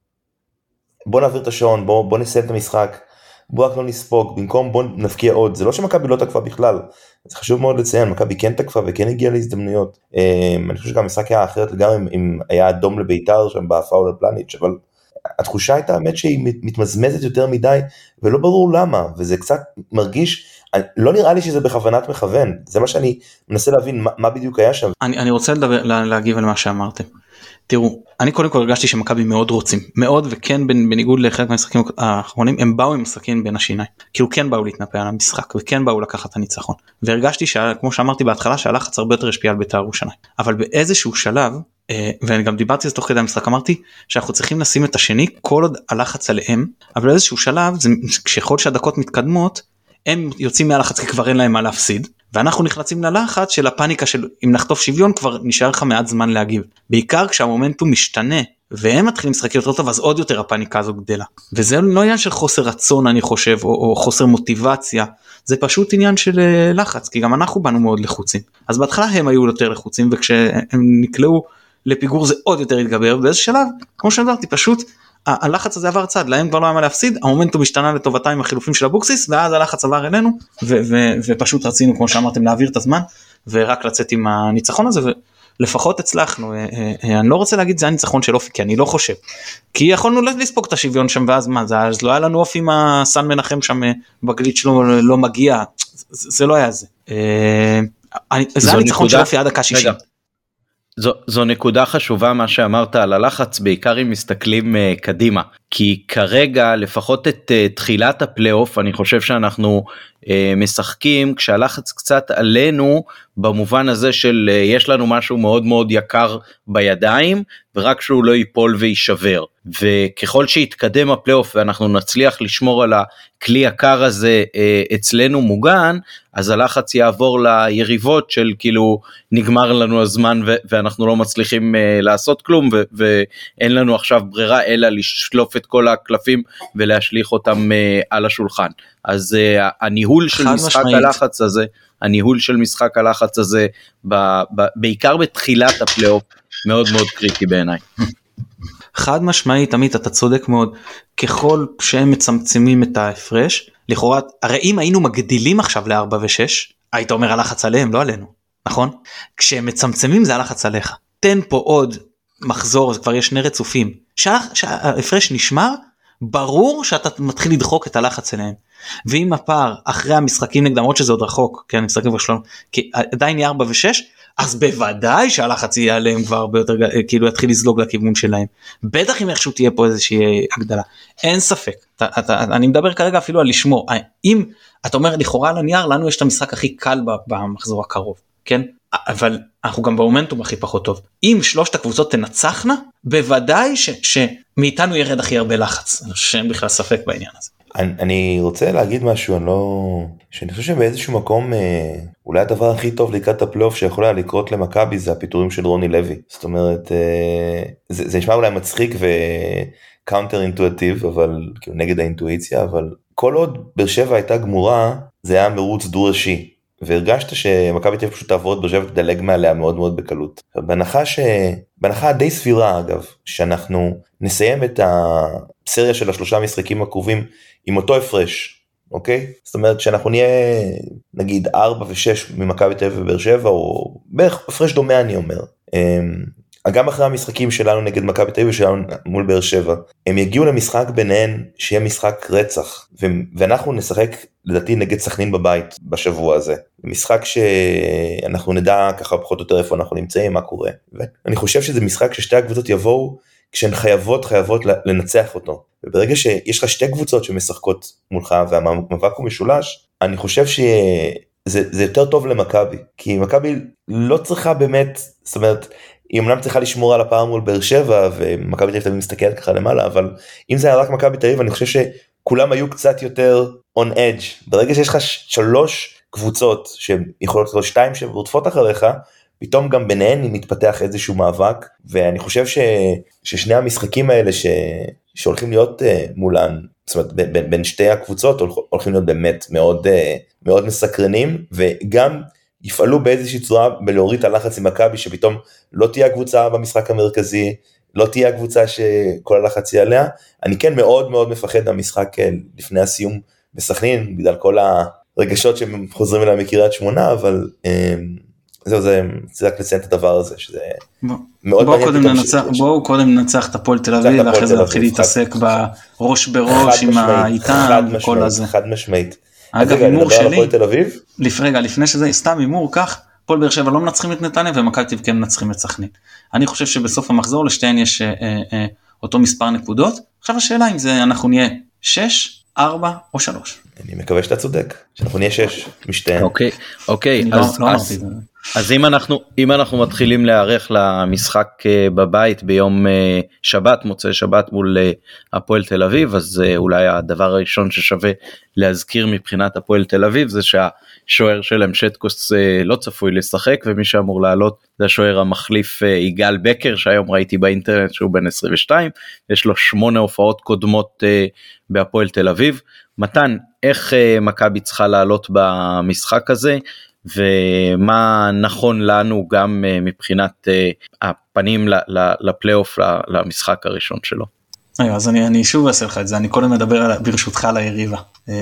בוא נעביר את השעון, בוא נסיים את המשחק, בוא רק לא נספוג, במקום בוא נפקיע עוד. זה לא שמכבי לא תקפה בכלל, זה חשוב מאוד לציין, מכבי כן תקפה וכן הגיעה להזדמנויות. אני חושב שגם המשחק היה אחרת לגמרי אם היה אדום לביתר שם בפאול על פלניץ', אבל התחושה הייתה האמת שהיא מתמזמזת יותר מדי, ולא ברור למה, וזה קצת מרגיש, לא נראה לי שזה בכוונת מכוון, זה מה שאני מנסה להבין מה בדיוק היה שם. אני רוצה להגיב על מה שאמרתם. תראו, אני קודם כל הרגשתי שמכבי מאוד רוצים, מאוד, וכן בניגוד לחלק מהמשחקים האחרונים, הם באו עם משחקים בין השיניים, כאילו כן באו להתנפל על המשחק, וכן באו לקחת את הניצחון, והרגשתי כמו שאמרתי בהתחלה, שהלחץ הרבה יותר השפיע על בית"ר ירושלים, אבל באיזשהו שלב, ואני גם דיברתי על זה תוך כדי המשחק, אמרתי שאנחנו צריכים לשים את השני, כל עוד הלחץ עליהם, אבל באיזשהו שלב, כשכל שהדקות מתקדמות, הם יוצאים מהלחץ כי כבר אין להם מה להפסיד, ואנחנו נחלצים ללחץ של הפאניקה של אם נחטוף שוויון כבר נשאר לך מעט זמן להגיב, בעיקר כשהמומנטום משתנה והם מתחילים לשחק יותר טוב, אז עוד יותר הפאניקה הזו גדלה, וזה לא עניין של חוסר רצון אני חושב, או חוסר מוטיבציה, זה פשוט עניין של לחץ, כי גם אנחנו באנו מאוד לחוצים, אז בהתחלה הם היו יותר לחוצים, וכשהם נקלעו לפיגור זה עוד יותר התגבר, באיזה שלב, כמו שאמרתי, פשוט הלחץ הזה עבר צד, להם כבר לא היה מה להפסיד, המומנטום השתנה לטובתה עם החילופים של אבוקסיס, ואז הלחץ עבר אלינו, ופשוט רצינו, כמו שאמרתם, להעביר את הזמן, ורק לצאת עם הניצחון הזה, ולפחות הצלחנו. אני לא רוצה להגיד זה הניצחון של אופי, כי אני לא חושב, כי יכולנו לספוג את השוויון שם, ואז מה, אז לא היה לנו אופי עם הסן מנחם שם, בגליץ' לא מגיע, זה לא היה זה. זה הניצחון של אופי עד דקה 60. זו נקודה חשובה מה שאמרת על הלחץ, בעיקר אם מסתכלים קדימה, כי כרגע לפחות את תחילת הפלייאוף אני חושב שאנחנו משחקים כשהלחץ קצת עלינו, במובן הזה של יש לנו משהו מאוד מאוד יקר בידיים, ורק שהוא לא ייפול וישבר, וככל שיתקדם הפלייאוף ואנחנו נצליח לשמור על הכלי יקר הזה אצלנו מוגן, אז הלחץ יעבור ליריבות של כאילו נגמר לנו הזמן ואנחנו לא מצליחים לעשות כלום, ואין לנו עכשיו ברירה אלא לשלוף את כל הקלפים ולהשליך אותם על השולחן. אז הניהול של משחק הלחץ הזה, בעיקר בתחילת הפלייאוף, מאוד מאוד קריטי בעיניי. חד משמעית, עמית, אתה צודק מאוד, ככל שהם מצמצמים את ההפרש, לכאורה, הרי אם היינו מגדילים עכשיו ל4 ו6, היית אומר הלחץ עליהם, לא עלינו, נכון? כשהם מצמצמים זה הלחץ עליך, תן פה עוד מחזור, זה כבר יש שני רצופים, שההפרש נשמר, ברור שאתה מתחיל לדחוק את הלחץ אליהם, ואם הפער אחרי המשחקים נגדם, עוד שזה עוד רחוק, כן, המשחקים בשלום, כי עדיין יהיה 4 ו6, אז בוודאי שהלחץ יהיה עליהם כבר הרבה יותר, כאילו יתחיל לזלוג לכיוון שלהם, בטח אם איכשהו תהיה פה איזושהי הגדלה, אין ספק, אני מדבר כרגע אפילו על לשמור, אם אתה אומר לכאורה על הנייר, לנו יש את המשחק הכי קל במחזור הקרוב, כן? אבל אנחנו גם במומנטום הכי פחות טוב, אם שלושת הקבוצות תנצחנה, בוודאי שמאיתנו ירד הכי הרבה לחץ, אני חושב שאין בכלל ספק בעניין הזה. אני רוצה להגיד משהו, שאני חושב שבאיזשהו מקום, אולי הדבר הכי טוב לקראת הפלייאוף שיכול היה לקרות למכבי, זה הפיטורים של רוני לוי. זאת אומרת, זה נשמע אולי מצחיק וקאונטר אינטואיטיב, אבל כאילו נגד האינטואיציה, אבל כל עוד באר שבע הייתה גמורה, זה היה מרוץ דו-ראשי. והרגשת שמכבי תל אביב פשוט תעבור את באר שבע ותדלג מעליה מאוד מאוד בקלות. בהנחה די סבירה אגב, שאנחנו נסיים את הסריה של השלושה משחקים הקרובים עם אותו הפרש, אוקיי? זאת אומרת שאנחנו נהיה נגיד 4 ו6 ממכבי תל אביב ובאר שבע, או בערך הפרש דומה אני אומר. גם אחרי המשחקים שלנו נגד מכבי תל אביב ושלנו מול באר שבע, הם יגיעו למשחק ביניהן שיהיה משחק רצח, ואנחנו נשחק לדעתי נגד סכנין בבית בשבוע הזה, משחק שאנחנו נדע ככה פחות או יותר איפה אנחנו נמצאים, מה קורה, ואני חושב שזה משחק ששתי הקבוצות יבואו, כשהן חייבות לנצח אותו, וברגע שיש לך שתי קבוצות שמשחקות מולך, והמאבק הוא משולש, אני חושב שזה יותר טוב למכבי, כי מכבי לא צריכה באמת, זאת אומרת, היא אמנם צריכה לשמור על הפער מול באר שבע, ומכבי תל אביב מסתכלת ככה למעלה, אבל אם זה היה רק מכבי תל אביב, אני חושב שכולם היו קצת יותר on edge, ברגע שיש לך 3 קבוצות, שיכולות להיות 2 שרודפות אחריך, פתאום גם ביניהן מתפתח איזשהו מאבק, ואני חושב ששני המשחקים האלה שהולכים להיות מולן, זאת אומרת בין שתי הקבוצות הולכים להיות באמת מאוד, מאוד מסקרנים, וגם יפעלו באיזושהי צורה בלהוריד הלחץ עם מכבי, שפתאום לא תהיה הקבוצה במשחק המרכזי, לא תהיה הקבוצה שכל הלחץ יהיה עליה. אני כן מאוד מאוד מפחד מהמשחק לפני הסיום בסכנין, בגלל כל הרגשות שהם חוזרים אליהם מקריית שמונה, אבל זהו, זה רק לציין את הדבר הזה, שזה מאוד מעניין. בואו קודם ננצח את הפועל תל אביב, ואחרי זה נתחיל להתעסק בראש בראש עם האיתם וכל הזה. חד משמעית. אגב, הימור שלי, לפני שזה, סתם הימור כך, הפועל באר שבע לא מנצחים את נתניה, ומכבי תל אביב כן מנצחים את סכנין. אני חושב שבסוף המחזור לשתיהן יש אותו מספר נקודות. עכשיו השאלה אם זה אנחנו נהיה 6, 4 או 3. אני מקווה שאתה צודק, שאנחנו נהיה 6 משתיהן. אוקיי, אז אם אנחנו מתחילים להיערך למשחק בבית ביום שבת, מוצאי שבת מול הפועל תל אביב, אז אולי הדבר הראשון ששווה להזכיר מבחינת הפועל תל אביב, זה שהשוער שלהם שטקוס לא צפוי לשחק, ומי שאמור לעלות זה השוער המחליף יגאל בקר, שהיום ראיתי באינטרנט שהוא בן 22, יש לו 8 הופעות קודמות בהפועל תל אביב. מתן, איך מכבי צריכה לעלות במשחק הזה, ומה נכון לנו גם מבחינת הפנים לפלייאוף למשחק הראשון שלו? אז אני שוב אעשה לך את זה, אני קודם מדבר ברשותך על היריבה.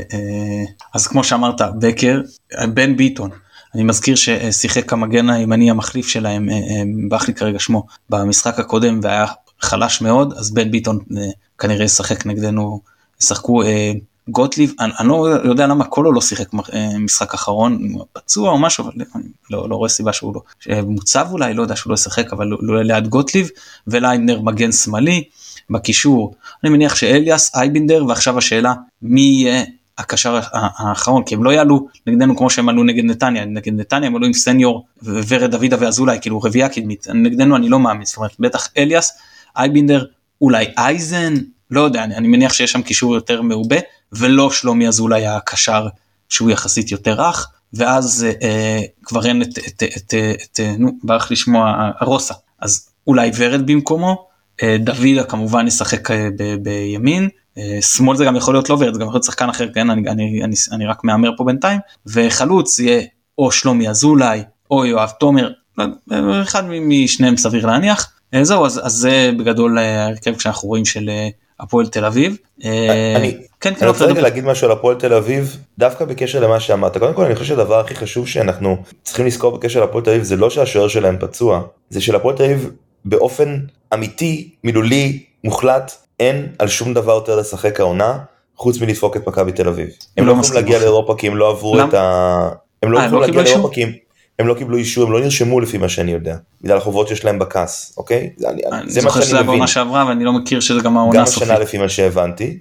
אז כמו שאמרת, בקר, בן ביטון, אני מזכיר ששיחק המגן הימני המחליף שלהם, באח לי כרגע שמו, במשחק הקודם והיה חלש מאוד, אז בן ביטון כנראה ישחק נגדנו, ישחקו גוטליב, אני לא יודע למה קולו לא שיחק משחק אחרון, פצוע או משהו, אבל לא רואה סיבה שהוא לא, מוצב אולי, לא יודע שהוא לא ישחק, אבל לא ליד גוטליב, ולייבנר מגן שמאלי, בקישור, אני מניח שאליאס, אייבינדר, ועכשיו השאלה, מי יהיה הקשר האחרון, כי הם לא יעלו נגדנו כמו שהם עלו נגד נתניה, נגד נתניה הם עלו עם סניור, ורד דוד ואזולאי, כאילו רביעה קדמית, נגדנו אני לא מאמין, זאת אומרת, בטח אליאס, אייבינדר, אולי אייזן, לא יודע, אני מניח שיש שם קישור יותר מעובה, ולא שלומי אזולאי הקשר שהוא יחסית יותר רך, ואז כבר אין ברח לשמוע הרוסה, אז אולי ורד במקומו, דוד כמובן ישחק בימין, שמאל זה גם יכול להיות לא ורד, זה גם יכול להיות שחקן אחר, כן? אני רק מאמר פה בינתיים, וחלוץ יהיה או שלומי אזולאי, או יואב תומר, אחד משניהם סביר להניח, זהו, אז זה בגדול הרכב כשאנחנו רואים של הפועל תל אביב. אני רוצה רגע להגיד משהו על הפועל תל אביב, דווקא בקשר למה שאמרת. קודם כל אני חושב שהדבר הכי חשוב שאנחנו צריכים לזכור בקשר לפועל תל אביב, זה לא שהשוער שלהם פצוע, זה שלפועל תל אביב באופן אמיתי, מילולי, מוחלט, אין על שום דבר יותר לשחק העונה, חוץ מלדפוק את מכבי תל אביב. הם לא יכולים להגיע לאירופה כי הם לא עברו את ה... הם לא יכולים להגיע לאירופה כי הם לא קיבלו אישור, הם לא נרשמו לפי מה שאני יודע, בגלל החובות שיש להם בכס, אוקיי? זה זוכר שזה בעונה שעברה, ואני לא מכיר שזה גם העונה הסופית. גם השנה לפי מה שהבנתי,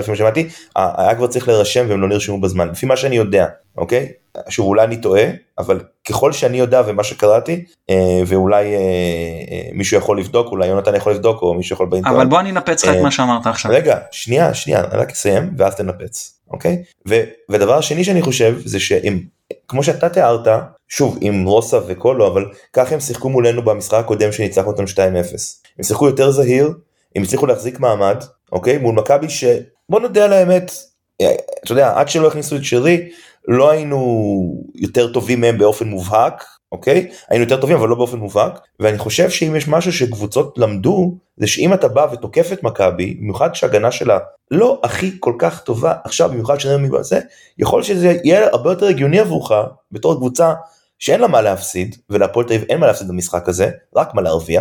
היה כבר צריך להירשם והם לא נרשמו בזמן, לפי מה שאני יודע, אוקיי? שוב, אולי אני טועה, אבל ככל שאני יודע ומה שקראתי, ואולי מישהו יכול לבדוק, אולי יונתן יכול לבדוק, או מישהו יכול באינטרנט. אבל בוא אני נפץ לך את מה שאמרת עכשיו. רגע, שנייה, אני רק אסיים, ואז תנפץ, אוקיי? ודבר השני שאני חושב, זה שאם, כמו שאתה תיארת, שוב, עם רוסה וקולו, אבל ככה הם שיחקו מולנו במשחק הקודם שניצחנו אותם 2-0. הם שיחקו יותר זהיר, הם הצליחו להחזיק מעמד, אוקיי? מול מכבי בוא נדע על האמת, אתה יודע, עד שלא הכניסו את שרי, לא היינו יותר טובים מהם באופן מובהק, אוקיי? היינו יותר טובים, אבל לא באופן מובהק, ואני חושב שאם יש משהו שקבוצות למדו, זה שאם אתה בא ותוקף את מכבי, במיוחד שהגנה שלה לא הכי כל כך טובה, עכשיו במיוחד שנראה מבזה, יכול שזה יהיה הרבה יותר הגיוני עבורך, בתור קבוצה שאין לה מה להפסיד, ולהפועל תל אביב אין מה להפסיד במשחק הזה, רק מה להרוויח,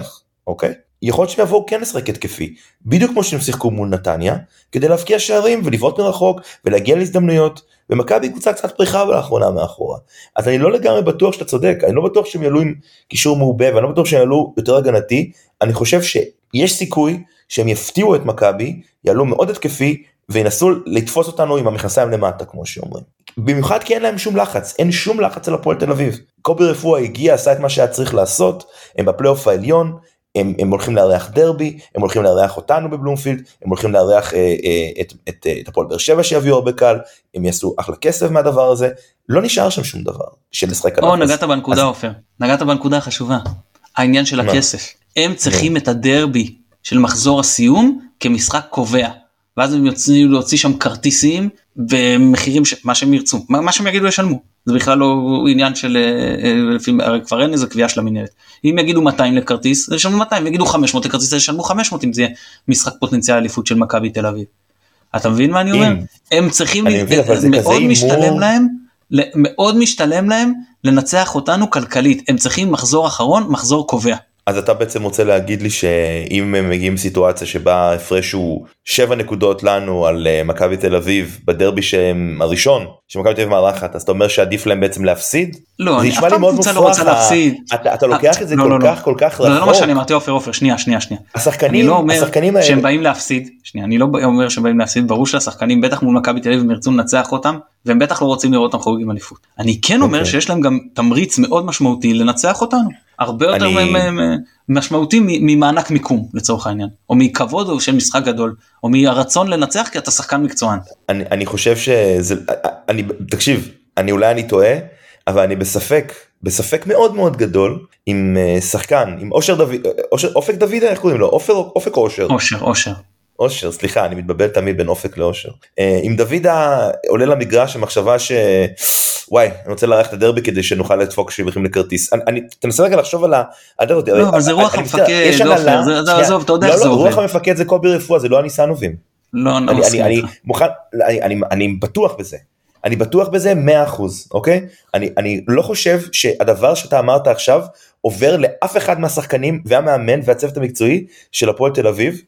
אוקיי? יכול להיות שהם יבואו כן לשחק התקפי, בדיוק כמו שהם שיחקו מול נתניה, כדי להבקיע שערים ולבעוט מרחוק ולהגיע להזדמנויות, ומכבי קבוצה קצת פריחה לאחרונה מאחורה. אז אני לא לגמרי בטוח שאתה צודק, אני לא בטוח שהם יעלו עם קישור מעובה, ואני לא בטוח שהם יעלו יותר הגנתי, אני חושב שיש סיכוי שהם יפתיעו את מכבי, יעלו מאוד התקפי, וינסו לתפוס אותנו עם המכנסיים למטה, כמו שאומרים. במיוחד כי אין להם שום לחץ, אין שום לחץ על הפועל תל אביב. קובי רפואה הגיע, עשה את מה שהיה צריך לעשות, הם בפלייאוף העליון, הם הולכים לארח דרבי, הם הולכים לארח אותנו בבלומפילד, הם הולכים לארח את הפועל באר שבע שיביאו הרבה קל, הם יעשו אחלה כסף מהדבר הזה, לא נשאר שם שום דבר של לשחק עליו. נגעת בנקודה עופר, נגעת בנקודה חשובה, העניין של הכסף. הם צריכים את הדרבי של מחזור הסיום כמשחק קובע, ואז הם יוצאים להוציא שם כרטיסים ומחירים מה שהם ירצו, מה שהם יגידו ישלמו. זה בכלל לא עניין של, הרי כבר אין איזה קביעה של המנהלת. אם יגידו 200 לכרטיס, ישלמו 200, יגידו 500 לכרטיס, ישלמו 500, אם זה יהיה משחק פוטנציאל אליפות של מכבי תל אביב. אתה מבין מה אני אומר? הם צריכים, מאוד משתלם להם לנצח אותנו כלכלית. הם צריכים מחזור אחרון, מחזור קובע. אז אתה בעצם רוצה להגיד לי שאם הם מגיעים סיטואציה שבה הפרש הוא 7 נקודות לנו על מכבי תל אביב בדרבי שהם הראשון, שמכבי תל אביב מארחת, אז אתה אומר שעדיף להם בעצם להפסיד? לא, אני אף פעם קבוצה לא רוצה להפסיד. אתה לוקח את זה כל כך רחוק. זה לא מה שאני אמרתי, עופר, שנייה. אני לא אומר שהם באים להפסיד, אני לא אומר שהם באים להפסיד, ברור שהשחקנים בטח מול מכבי תל אביב הם ירצו לנצח אותם, והם בטח לא רוצים לראות אותם חוגגים אליפות. אני כן אומר שיש להם גם תמריץ מאוד משמעותי לנצח אותנו. הרבה יותר משמעותי ממענק מיקום לצורך העניין, או מכבוד או של משחק גדול, או מהרצון לנצח כי אתה שחקן מקצוען. אני חושב שזה, תקשיב, אולי אני טועה, אבל אני בספק מאוד מאוד גדול, עם שחקן, עם אופק דוד, איך קוראים לו? אופק או אושר, סליחה, אני מתבלבל תמיד בין אופק לאושר. אם דוד עולה למגרש המחשבה וואי, אני רוצה לארח את הדרבי כדי שנוכל לדפוק כשהולכים לכרטיס. תנסה רגע לחשוב על הדרבי. לא, אבל זה רוח המפקד, עזוב, אתה יודע איך זה עובד. רוח המפקד זה קובי רפואה, זה לא הניסנובים. לא, אני בטוח בזה 100%, אוקיי? אני לא חושב שהדבר שאתה אמרת עכשיו עובר לאף אחד מהשחקנים והמאמן והצוות המקצועי של הפועל תל אביב,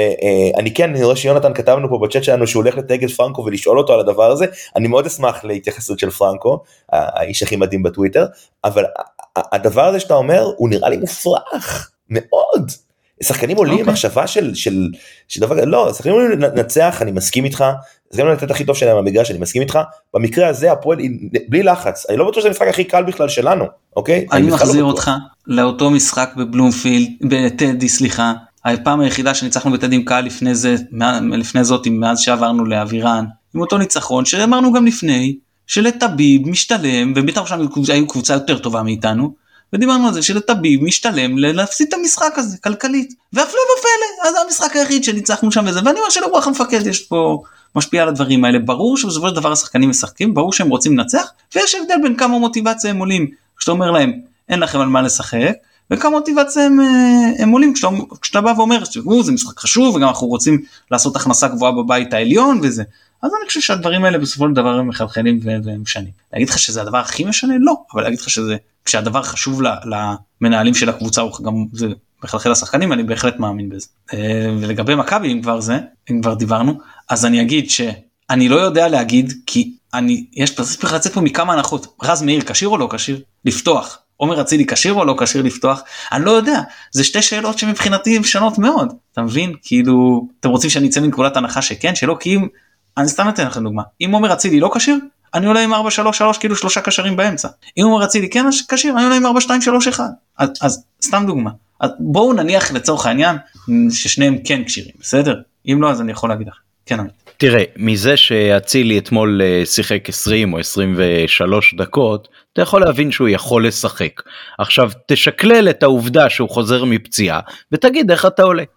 אני רואה שיונתן כתב לנו פה בצ'אט שלנו שהוא הולך לתייג את פרנקו ולשאול אותו על הדבר הזה, אני מאוד אשמח להתייחסות של פרנקו, האיש הכי מדהים בטוויטר, אבל הדבר הזה שאתה אומר הוא נראה לי מופרך מאוד. שחקנים עולים מחשבה של דבר, לא, שחקנים עולים לנצח, אני מסכים איתך, זה גם לתת הכי טוב שלהם במגרש, אני מסכים איתך, במקרה הזה הפועל בלי לחץ, אני לא בטוח שזה המשחק הכי קל בכלל שלנו, אוקיי? אני מחזיר אותך לאותו משחק בבלומפילד, בטדי, סליחה, הפעם היחידה שניצחנו בטדי עם קהל לפני זאת, מאז שעברנו לאווירן, עם אותו ניצחון, שאמרנו גם לפני, שלטביב משתלם, ובית"ר שם היו קבוצה יותר טובה מאיתנו, ודיברנו על זה שלטביב משתלם להפסיד את המשחק הזה, כלכלית, והפלא ופלא, אז זה המשחק היחיד שניצחנו שם וזה, ואני אומר שלרוח המפקד יש פה משפיע על הדברים האלה, ברור שבסופו של דבר השחקנים משחקים, ברור שהם רוצים לנצח, ויש הבדל בין כמה מוטיבציה הם עולים, כשאתה אומר להם, אין לכם על מה לשחק, וכמה מוטיבציה הם עולים, כשאתה בא ואומר, זה משחק חשוב, וגם אנחנו רוצים לעשות הכנסה גבוהה בבית העליון וזה, אז אני חושב שהדברים האלה בסופו של דבר הם מחלחלים ומשנים. להגיד לך שזה הדבר הכי משנה? לא, אבל להגיד לך שזה, כשהדבר חשוב למנהלים של הקבוצה, גם זה מחלחל לשחקנים, אני בהחלט מאמין בזה. ולגבי מכבי, אם כבר דיברנו, אז אני אגיד שאני לא יודע להגיד, כי יש פרספך לצאת פה מכמה הנחות, רז מאיר כשיר או לא כשיר? לפתוח. עומר אצילי כשיר או לא כשיר לפתוח? אני לא יודע, זה שתי שאלות שמבחינתי שונות מאוד, אתה מבין? כאילו, אתם רוצים שאני אצא מנקודת הנחה שכן, שלא, כי אם, אני סתם אתן לכם דוגמה, אם עומר אצילי לא כשיר, אני עולה עם 4-3-3, כאילו 3 קשרים באמצע. אם עומר אצילי כן כשיר, אני עולה עם 4-2-3-1. אז סתם דוגמה. אז בואו נניח לצורך העניין, ששניהם כן כשירים, בסדר? אם לא, אז אני יכול להגיד לך. כן, עמית. תראה, מזה שאצילי אתמול שיחק 20 או 23 דקות, אתה יכול להבין שהוא יכול לשחק. עכשיו, תשקלל את העובדה שהוא חוזר מפציעה, ותגיד איך אתה עולה.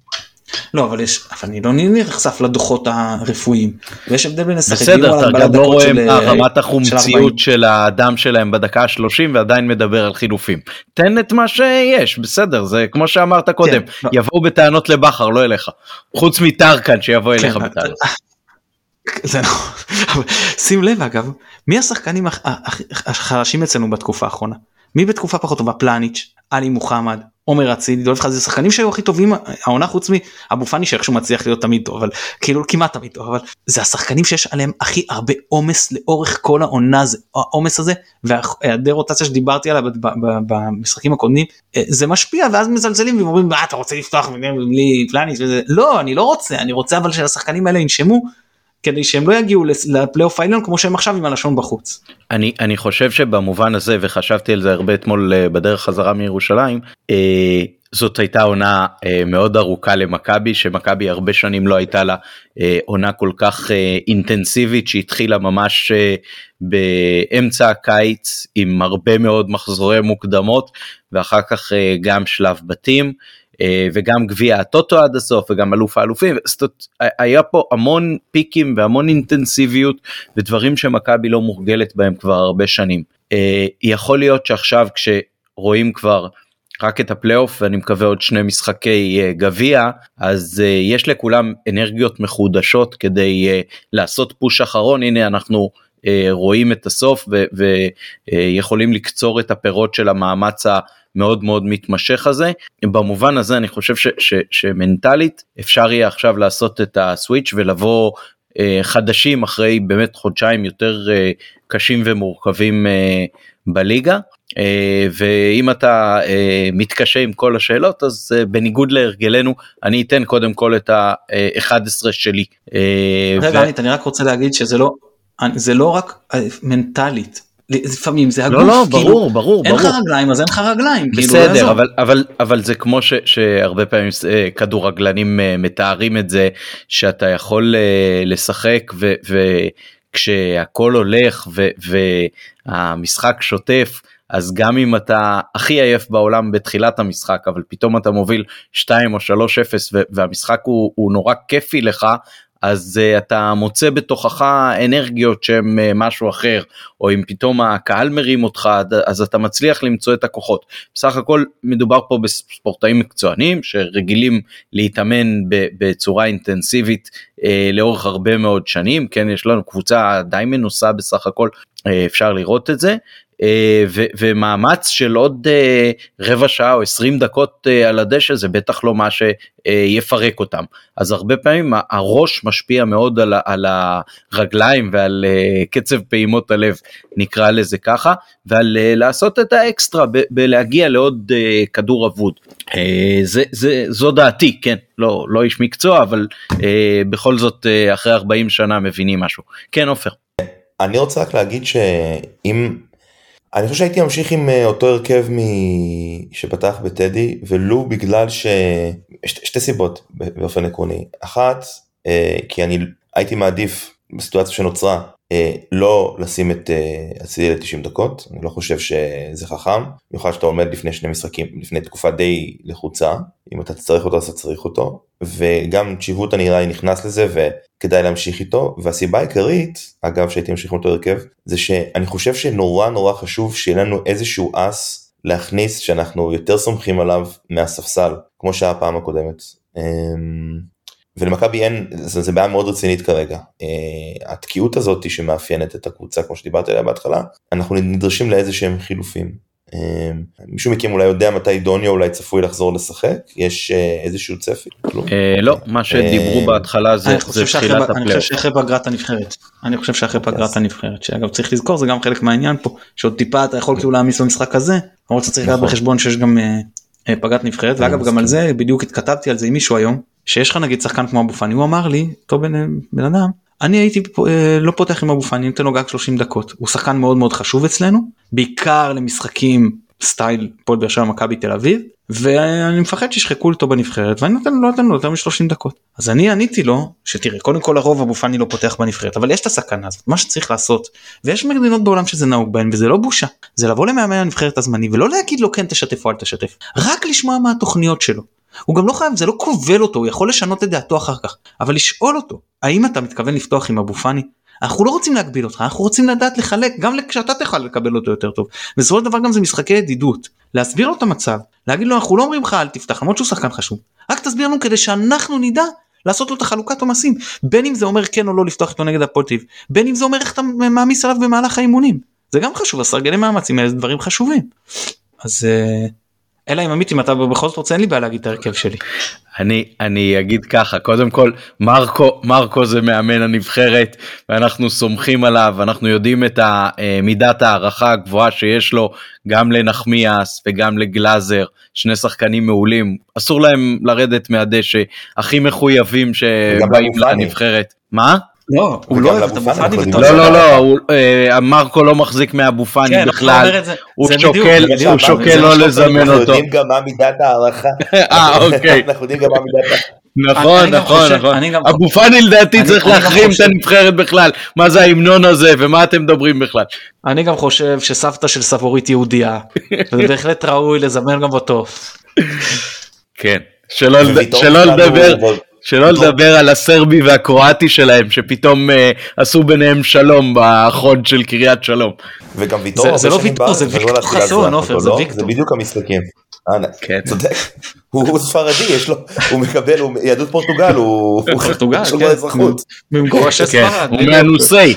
לא, אבל אני לא נחשף לדוחות הרפואיים, ויש הבדל בין לשחק. בסדר, אתה גם לא רואה רמת החומציות של האדם שלהם בדקה ה-30, ועדיין מדבר על חילופים. תן את מה שיש, בסדר, זה כמו שאמרת קודם, יבואו בטענות לבחר, לא אליך. חוץ מטרקן שיבוא אליך בטענות. זה נכון. שים לב אגב, מי השחקנים החלשים אצלנו בתקופה האחרונה? מי בתקופה פחות טובה? פלניץ', עלי מוחמד, עומר אצילי, דולף חזיזה, שחקנים שהיו הכי טובים העונה חוץ מאבו פאני שאיכשהו מצליח להיות תמיד טוב, אבל כאילו כמעט תמיד טוב, אבל זה השחקנים שיש עליהם הכי הרבה עומס לאורך כל העונה, העומס הזה והיעדר רוטציה שדיברתי עליו במשחקים הקודמים, זה משפיע ואז מזלזלים ואומרים אתה רוצה לפתוח בלי פלניש וזה, לא אני לא רוצה, אני רוצה אבל שהשחקנים האלה ינשמו כדי שהם לא יגיעו לפלייאוף העליון כמו שהם עכשיו עם הלשון בחוץ. אני חושב שבמובן הזה, וחשבתי על זה הרבה אתמול בדרך חזרה מירושלים, זאת הייתה עונה מאוד ארוכה למכבי, שמכבי הרבה שנים לא הייתה לה עונה כל כך אינטנסיבית, שהתחילה ממש באמצע הקיץ עם הרבה מאוד מחזורי מוקדמות, ואחר כך גם שלב בתים, וגם גביע הטוטו עד הסוף, וגם אלוף האלופים, היה פה המון פיקים והמון אינטנסיביות, ודברים שמכבי לא מורגלת בהם כבר הרבה שנים. יכול להיות שעכשיו כשרואים כבר רק את הפלייאוף, ואני מקווה עוד 2 משחקי גביע, אז יש לכולם אנרגיות מחודשות כדי לעשות פוש אחרון, הנה אנחנו רואים את הסוף, ויכולים לקצור את הפירות של המאמץ מאוד מאוד מתמשך הזה. במובן הזה אני חושב שמנטלית אפשר יהיה עכשיו לעשות את הסוויץ' ולבוא חדשים אחרי באמת חודשיים יותר קשים ומורכבים בליגה, ואם אתה מתקשה עם כל השאלות, אז בניגוד להרגלנו אני אתן קודם כל את ה-11 שלי. רגע, אני רק רוצה להגיד שזה לא רק מנטלית, לפעמים זה הגוף, לא, ברור, אין לך רגליים אז אין לך רגליים, בסדר, אבל זה כמו שהרבה פעמים כדורגלנים מתארים את זה, שאתה יכול לשחק וכשהכל הולך והמשחק שוטף, אז גם אם אתה הכי עייף בעולם בתחילת המשחק, אבל פתאום אתה מוביל 2 או 3-0 והמשחק הוא נורא כיפי לך, אז אתה מוצא בתוכך אנרגיות שהן משהו אחר, או אם פתאום הקהל מרים אותך, אז אתה מצליח למצוא את הכוחות. בסך הכל מדובר פה בספורטאים מקצוענים, שרגילים להתאמן בצורה אינטנסיבית לאורך הרבה מאוד שנים, כן, יש לנו קבוצה די מנוסה בסך הכל, אפשר לראות את זה, ומאמץ של עוד רבע שעה או 20 דקות על הדשא, זה בטח לא מה שיפרק אותם. אז הרבה פעמים הראש משפיע מאוד על הרגליים ועל קצב פעימות הלב, נקרא לזה ככה, ועל לעשות את האקסטרה בלהגיע לעוד כדור אבוד. זו דעתי, כן, לא איש מקצוע, אבל בכל זאת אחרי 40 שנה מבינים משהו. כן, עופר. אני רוצה רק להגיד שאם אני חושב שהייתי ממשיך עם אותו הרכב שפתח בטדי, ולו בגלל שתי סיבות באופן עקרוני. אחת, כי אני הייתי מעדיף בסיטואציה שנוצרה, לא לשים את אצילי ל-90 דקות, אני לא חושב שזה חכם, במיוחד שאתה עומד לפני 2 משחקים, לפני תקופה די לחוצה, אם אתה צריך אותו אז אתה צריך אותו, וגם צ'יבוט הנראה נכנס לזה וכדאי להמשיך איתו, והסיבה העיקרית, אגב שהייתי ממשיך עם אותו הרכב, זה שאני חושב שנורא חשוב שיהיה לנו איזשהו אס להכניס שאנחנו יותר סומכים עליו מהספסל, כמו שהיה הפעם הקודמת. ולמכבי אין, זה בעיה מאוד רצינית כרגע, התקיעות הזאת שמאפיינת את הקבוצה, כמו שדיברתי עליה בהתחלה, אנחנו נדרשים לאיזה שהם חילופים. מישהו מכם אולי יודע מתי דוניו אולי צפוי לחזור לשחק? יש איזשהו צפי? לא, מה שדיברו בהתחלה זה תחילת הפלייאוף. אני חושב שאחרי פגרת הנבחרת, שאגב צריך לזכור, זה גם חלק מהעניין פה, שעוד טיפה אתה יכול כאילו להעמיס במשחק הזה, אבל אתה צריך לקחת בחשבון שיש גם פגרת נבחרת, ואגב גם על זה, בדיוק התכתבתי על זה עם מישהו היום, שיש לך נגיד שחקן כמו אבו פאני, הוא אמר לי, אותו בן אדם, אני הייתי לא פותח עם אבו פאני, נותן לו גג 30 דקות, הוא שחקן מאוד מאוד חשוב אצלנו, בעיקר למשחקים סטייל פועל באר שבע מכבי תל אביב, ואני מפחד שישחקו אותו בנבחרת, ואני נותן לו יותר מ-30 דקות. אז אני עניתי לו, שתראה, קודם כל הרוב אבו פאני לא פותח בנבחרת, אבל יש את הסכנה הזאת, מה שצריך לעשות, ויש מדינות בעולם שזה נהוג בהן, וזה לא בושה, זה לבוא למאמן הנבחרת הזמני, ולא להגיד לו כן תשתף או אל תשתף, רק לשמוע מה התוכניות שלו. הוא גם לא חייב, זה לא כובל אותו, הוא יכול לשנות את דעתו אחר כך, אבל לשאול אותו, האם אתה מתכוון לפתוח עם אבו פאני? אנחנו לא רוצים להגביל אותך, אנחנו רוצים לדעת לחלק, גם כשאתה תוכל לקבל אותו יותר טוב. בסופו של דבר גם זה משחקי ידידות, להסביר לו את המצב, להגיד לו אנחנו לא אומרים לך אל תפתח, למרות שהוא שחקן חשוב, רק תסביר לנו כדי שאנחנו נדע לעשות לו את החלוקת עומסים, בין אם זה אומר כן או לא לפתוח איתו נגד הפועל תל אביב, בין אם זה אומר איך אתה מעמיס עליו במהלך האימונים, זה גם חשוב, הסרגלי מאמצים, אלה דברים חשובים. אז אלא אם עמית, אם אתה בכל זאת רוצה, אין לי בעיה להגיד את ההרכב שלי. אני אגיד ככה, קודם כל, מרקו זה מאמן הנבחרת, ואנחנו סומכים עליו, אנחנו יודעים את מידת הערכה הגבוהה שיש לו, גם לנחמיאס וגם לגלאזר, שני שחקנים מעולים, אסור להם לרדת מהדשא, הכי מחויבים שבאים לנבחרת. מה? לא, הוא לא אוהב את אבו פאני. לא, מרקו לא מחזיק מאבו פאני בכלל, הוא שוקל לא לזמן אותו. אנחנו יודעים גם מה מידת הערכה. אוקיי. אנחנו יודעים גם מה מידת הערכה. נכון. אבו פאני לדעתי צריך להחרים את הנבחרת בכלל, מה זה ההמנון הזה ומה אתם מדברים בכלל. אני גם חושב שסבתא של סבורית יהודיה, וזה בהחלט ראוי לזמן גם אותו. כן, שלא לדבר על הסרבי והקרואטי שלהם, שפתאום עשו ביניהם שלום בחוד של קריית שלום. וגם ויטור, זה לא ויטור, זה ויקטור חסון, אופר, זה ויקטור. זה בדיוק המשחקים. צודק, הוא ספרדי, יש לו, הוא מקבל, יהדות פורטוגל, הוא יש לו אזרחות. ממגורשי ספרד. הוא מהנוסי,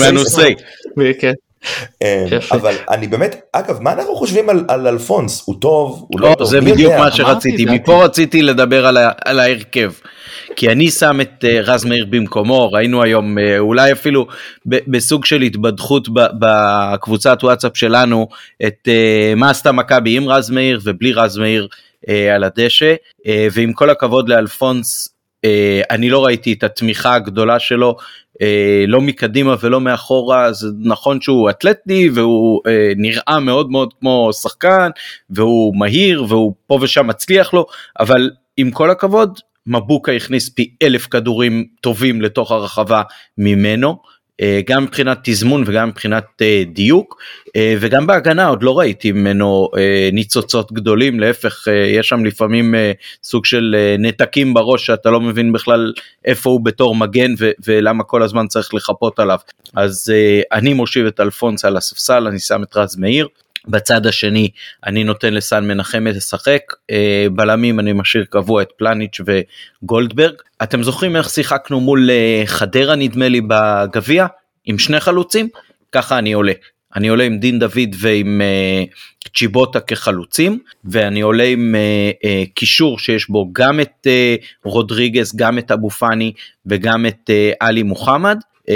אבל אני באמת, אגב, מה אנחנו חושבים על אלפונס? הוא טוב, הוא לא טוב? זה בדיוק מה שרציתי, מפה רציתי לדבר על ההרכב, כי אני שם את רז מאיר במקומו, ראינו היום אולי אפילו בסוג של התבדחות בקבוצת וואטסאפ שלנו, את מה עשתה מכבי עם רז מאיר ובלי רז מאיר על הדשא, ועם כל הכבוד לאלפונס, אני לא ראיתי את התמיכה הגדולה שלו, לא מקדימה ולא מאחורה, זה נכון שהוא אתלטי, והוא נראה מאוד מאוד כמו שחקן, והוא מהיר, והוא פה ושם מצליח לו, אבל עם כל הכבוד, מבוקה הכניס פי 1000 כדורים טובים לתוך הרחבה ממנו, גם מבחינת תזמון וגם מבחינת דיוק, וגם בהגנה עוד לא ראיתי ממנו ניצוצות גדולים, להפך יש שם לפעמים סוג של נתקים בראש, שאתה לא מבין בכלל איפה הוא בתור מגן, ולמה כל הזמן צריך לחפות עליו. אז אני מושיב את אלפונס על הספסל, אני שם את רז מאיר, בצד השני אני נותן לסן מנחם לשחק, בלמים אני משאיר קבוע את פלניץ' וגולדברג. אתם זוכרים איך שיחקנו מול חדרה נדמה לי בגביע, עם שני חלוצים? ככה אני עולה עם דין דוד ועם צ'יבוטה כחלוצים, ואני עולה עם קישור שיש בו גם את רודריגז, גם את אבו פאני וגם את עלי מוחמד,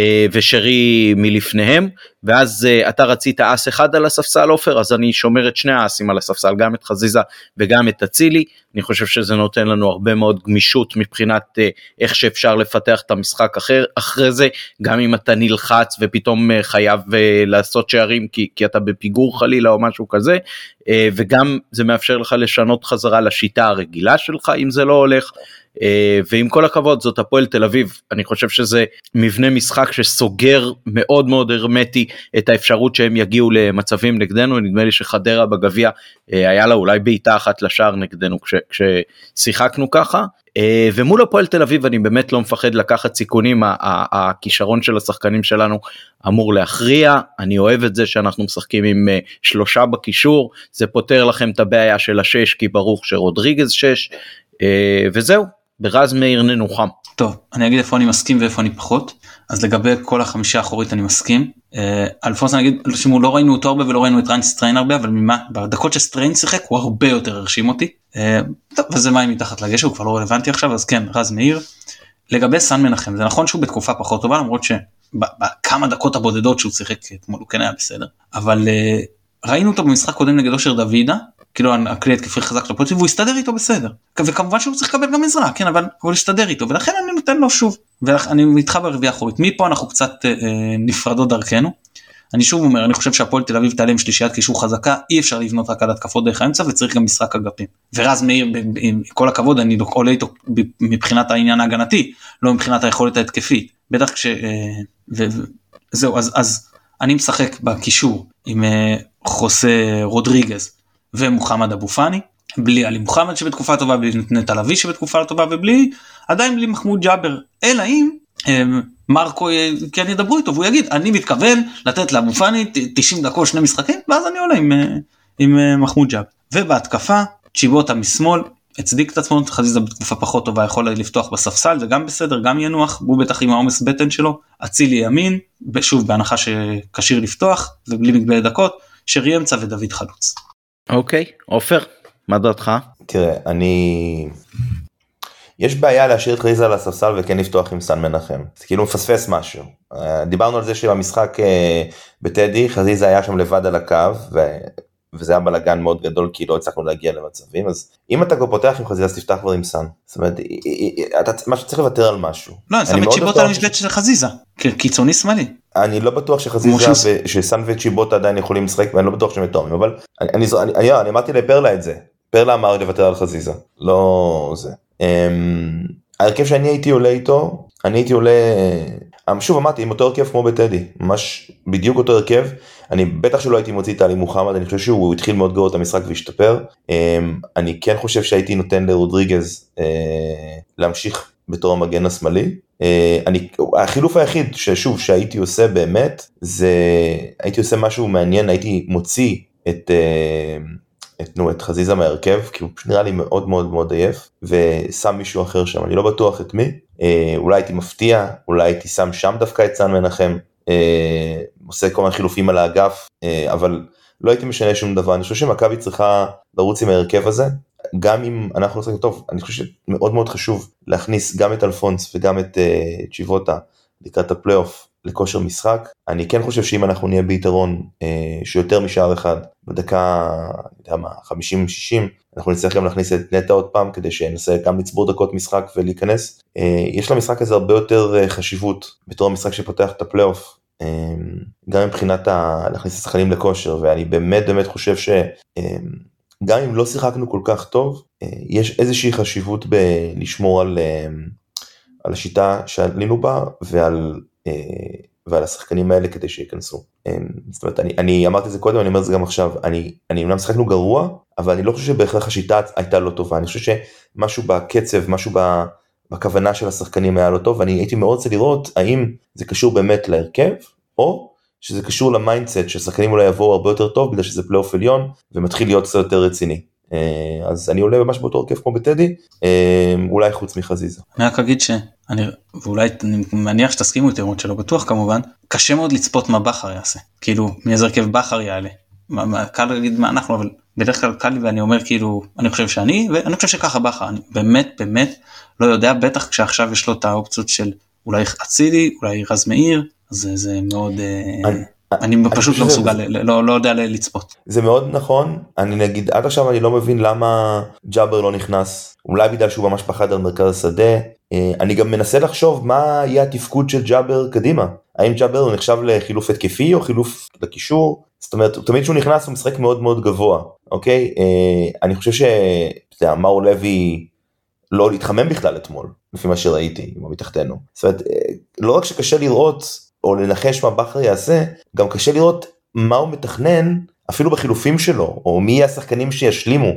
ושרי מלפניהם, ואז אתה רצית אס אחד על הספסל אופר, אז אני שומר את שני האסים על הספסל, גם את חזיזה וגם את אצילי. אני חושב שזה נותן לנו הרבה מאוד גמישות מבחינת איך שאפשר לפתח את המשחק אחרי זה, גם אם אתה נלחץ ופתאום חייב לעשות שערים כי אתה בפיגור חלילה או משהו כזה, וגם זה מאפשר לך לשנות חזרה לשיטה הרגילה שלך אם זה לא הולך. ועם כל הכבוד זאת הפועל תל אביב, אני חושב שזה מבנה משחק שסוגר מאוד מאוד הרמטי את האפשרות שהם יגיעו למצבים נגדנו. נדמה לי שחדרה בגביע היה לה אולי בעיטה אחת לשער נגדנו כששיחקנו ככה, ומול הפועל תל אביב אני באמת לא מפחד לקחת סיכונים, הכישרון של השחקנים שלנו אמור להכריע, אני אוהב את זה שאנחנו משחקים עם 3 בקישור, זה פותר לכם את הבעיה של 6, כי ברוך שרודריגז 6, וזהו, ברז מאיר ננוחם. טוב, אני אגיד איפה אני מסכים ואיפה אני פחות. אז לגבי כל החמישה האחורית אני מסכים. אלפונס אני אגיד שמו לא ראינו אותו הרבה ולא ראינו את ריין סטריין הרבה, אבל בדקות שסטריין שיחק הוא הרבה יותר הרשים אותי. טוב, וזה מים מתחת לגשר, הוא כבר לא רלוונטי עכשיו, אז כן, רז מאיר. לגבי סן מנחם, זה נכון שהוא בתקופה פחות טובה, למרות שבכמה דקות הבודדות שהוא שיחק אתמול הוא כן היה בסדר, אבל ראינו אותו במשחק קודם נגד אושר דוידה, כאילו הכלי התקפי חזק של הפועל, והוא הסתדר איתו בסדר, וכמובן שהוא צריך לקבל גם עזרה, כן, אבל הוא הסתדר איתו, ולכן אני נותן לו שוב, ואני איתך ברביעייה האחורית. מפה אנחנו קצת נפרדות דרכנו. אני שוב אומר, אני חושב שהפועל תל אביב תעלה עם שלישיית קישור חזקה, אי אפשר לבנות רק על התקפות דרך האמצע, וצריך גם משחק אגפים. ורז מאיר, עם כל הכבוד, אני עולה איתו מבחינת העניין ההגנתי, לא מבחינת היכולת ההתקפית. בטח זהו, אז אני משחק בקישור עם חוסה רודריגז ומוחמד אבו פאני, בלי עלי מוחמד שבתקופה טובה, בלי נטע לביא שבתקופה טובה, עדיין בלי מחמוד ג'אבר, אלא אם מרקו כן ידברו איתו, והוא יגיד, אני מתכוון לתת לאבו פאני 90 דקות 2 משחקים, ואז אני עולה עם מחמוד ג'אבר. ובהתקפה, צ'יבוטה משמאל, הצדיק את עצמו, חזיזה בתקופה פחות טובה, יכול לפתוח בספסל, זה גם בסדר, גם ינוח, הוא בטח עם העומס בטן שלו, אצילי ימין, שוב בהנחה שקשיר לפתוח, ובלי מגבלת דקות, שרי אמצע ודוד חלוץ. אוקיי, עופר. מה דעתך? תראה, יש בעיה להשאיר את חזיזה על הספסל וכן לפתוח עם סן מנחם, זה כאילו מפספס משהו. דיברנו על זה שבמשחק בטדי חזיזה היה שם לבד על הקו, וזה היה בלגן מאוד גדול כי לא הצלחנו להגיע למצבים, אז אם אתה כבר פותח עם חזיזה אז תפתח כבר עם סן, זאת אומרת, משהו צריך לוותר על משהו. לא, אני שם את צ'יבוטה על המשבצת של חזיזה, קיצוני שמאלי. אני לא בטוח שחזיזה שסן וצ'יבוטה עדיין יכולים לשחק, ואני לא בטוח שהם מתואמים, אבל אני אמרתי לפרלה את זה, פרלה אמר לוותר על חזיזה, לא זה. ההרכב שאני הייתי עולה איתו, אני הייתי עולה, שוב אמרתי, עם אותו הרכב כמו בטדי, ממש בדיוק אותו הרכב, אני בטח שלא הייתי מוציא את עלי מוחמד, אני חושב שהוא התחיל מאוד גרוע את המשחק והשתפר, אני כן חושב שהייתי נותן לרודריגז להמשיך בתור המגן השמאלי, החילוף היחיד ששוב שהייתי עושה באמת, זה הייתי עושה משהו מעניין, הייתי מוציא את חזיזה מהרכב, כי הוא נראה לי מאוד מאוד מאוד עייף, ושם מישהו אחר שם, אני לא בטוח את מי, אולי הייתי מפתיע, אולי הייתי שם שם דווקא את סן מנחם, עושה כל מיני חילופים על האגף, אבל לא הייתי משנה שום דבר, אני חושב שמכבי צריכה לרוץ עם ההרכב הזה, גם אם אנחנו עושים טוב, אני חושב שמאוד מאוד חשוב להכניס גם את אלפונס וגם את צ'יבוטה לקראת הפלייאוף לכושר משחק. אני כן חושב שאם אנחנו נהיה ביתרון שיותר משער אחד בדקה 50-60, אנחנו נצטרך גם להכניס את נטה עוד פעם כדי שננסה גם לצבור דקות משחק ולהיכנס. יש למשחק הזה הרבה יותר חשיבות בתור המשחק שפותח את הפלייאוף, גם מבחינת להכניס השחקנים לכושר, ואני באמת חושב גם אם לא שיחקנו כל כך טוב, יש איזושהי חשיבות בלשמור על השיטה שעלינו בה, ועל השחקנים האלה כדי שיכנסו. זאת אומרת, אני אמרתי את זה קודם, אני אומר את זה גם עכשיו, אני אומנם שחקנו גרוע, אבל אני לא חושב שבהכרח השיטה הייתה לא טובה, אני חושב שמשהו בקצב, משהו בכוונה של השחקנים היה לא טוב, ואני הייתי מאוד רוצה לראות האם זה קשור באמת להרכב, או שזה קשור למיינדסט, שהשחקנים אולי יבואו הרבה יותר טוב, בגלל שזה פלייאוף עליון, ומתחיל להיות קצת יותר רציני. אז אני עולה ממש באותו הרכב כמו בטדי, אולי חוץ מחזיזה. אני רק אגיד ואולי אני מניח שתסכימו איתי, שלא בטוח כמובן, קשה מאוד לצפות מה בכר יעשה, כאילו מאיזה הרכב בכר יעלה, קל להגיד מה אנחנו, אבל בדרך כלל קל לי ואני אומר כאילו, אני חושב ואני חושב שככה בכר, אני באמת לא יודע, בטח כשעכשיו יש לו את האופציות של אולי אצילי, אולי רז מאיר, אז זה מאוד, אני פשוט לא מסוגל, לא יודע לצפות. זה מאוד נכון, אני נגיד, עד עכשיו אני לא מבין למה ג'אבר לא נכנס, אולי בגלל שהוא ממש פחד על מרכז השדה, אני גם מנסה לחשוב מה יהיה התפקוד של ג'אבר קדימה, האם ג'אבר הוא נחשב לחילוף התקפי או חילוף לקישור, זאת אומרת, תמיד שהוא נכנס הוא משחק מאוד מאוד גבוה, אוקיי? אני חושב מאור לוי לא להתחמם בכלל אתמול, לפי מה שראיתי, מתחתנו, זאת אומרת, לא רק שקשה לראות, או לנחש מה בכר יעשה, גם קשה לראות מה הוא מתכנן, אפילו בחילופים שלו, או מי השחקנים שישלימו.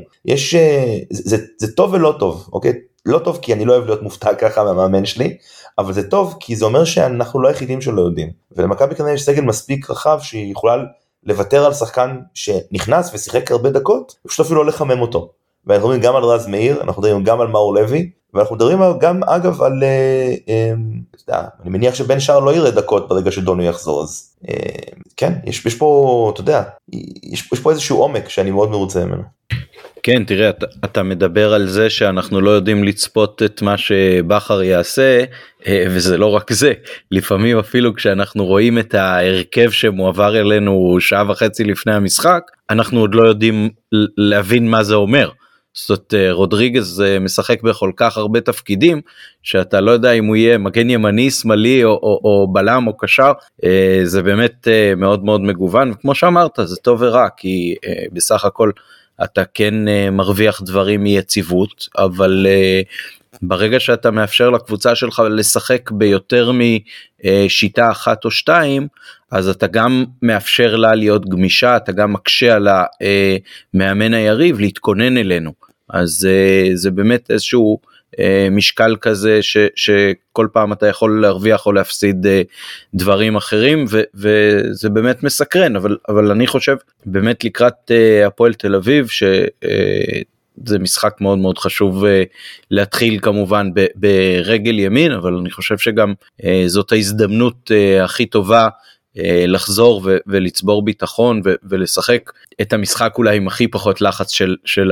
זה טוב ולא טוב, אוקיי? לא טוב כי אני לא אוהב להיות מופתע ככה מהמאמן שלי, אבל זה טוב כי זה אומר שאנחנו לא היחידים שלא יודעים. ולמכבי כנראה יש סגל מספיק רחב, שהיא יכולה לוותר על שחקן שנכנס ושיחק הרבה דקות, ופשוט אפילו לא לחמם אותו. ואנחנו מדברים גם על רז מאיר, אנחנו מדברים גם על מאור לוי, ואנחנו מדברים גם אגב על, אני מניח שבן שער לא ירד דקות ברגע שדונו יחזור, אז כן, יש פה, אתה יודע, יש פה איזשהו עומק שאני מאוד מרוצה ממנו. כן, תראה, אתה מדבר על זה שאנחנו לא יודעים לצפות את מה שבכר יעשה, וזה לא רק זה, לפעמים אפילו כשאנחנו רואים את ההרכב שמועבר אלינו שעה וחצי לפני המשחק, אנחנו עוד לא יודעים להבין מה זה אומר. זאת אומרת, רודריגז משחק בכל כך הרבה תפקידים, שאתה לא יודע אם הוא יהיה מגן ימני, שמאלי, או בלם, או קשר, זה באמת מאוד מאוד מגוון, וכמו שאמרת, זה טוב ורע, כי בסך הכל אתה כן מרוויח דברים מיציבות, אבל ברגע שאתה מאפשר לקבוצה שלך לשחק ביותר משיטה אחת או שתיים, אז אתה גם מאפשר לה להיות גמישה, אתה גם מקשה על המאמן היריב להתכונן אלינו, אז זה באמת איזשהו משקל כזה שכל פעם אתה יכול להרוויח או להפסיד דברים אחרים, וזה באמת מסקרן, אבל אני חושב באמת לקראת הפועל תל אביב, זה משחק מאוד מאוד חשוב להתחיל כמובן ברגל ימין, אבל אני חושב שגם זאת ההזדמנות הכי טובה לחזור ולצבור ביטחון ולשחק את המשחק אולי עם הכי פחות לחץ של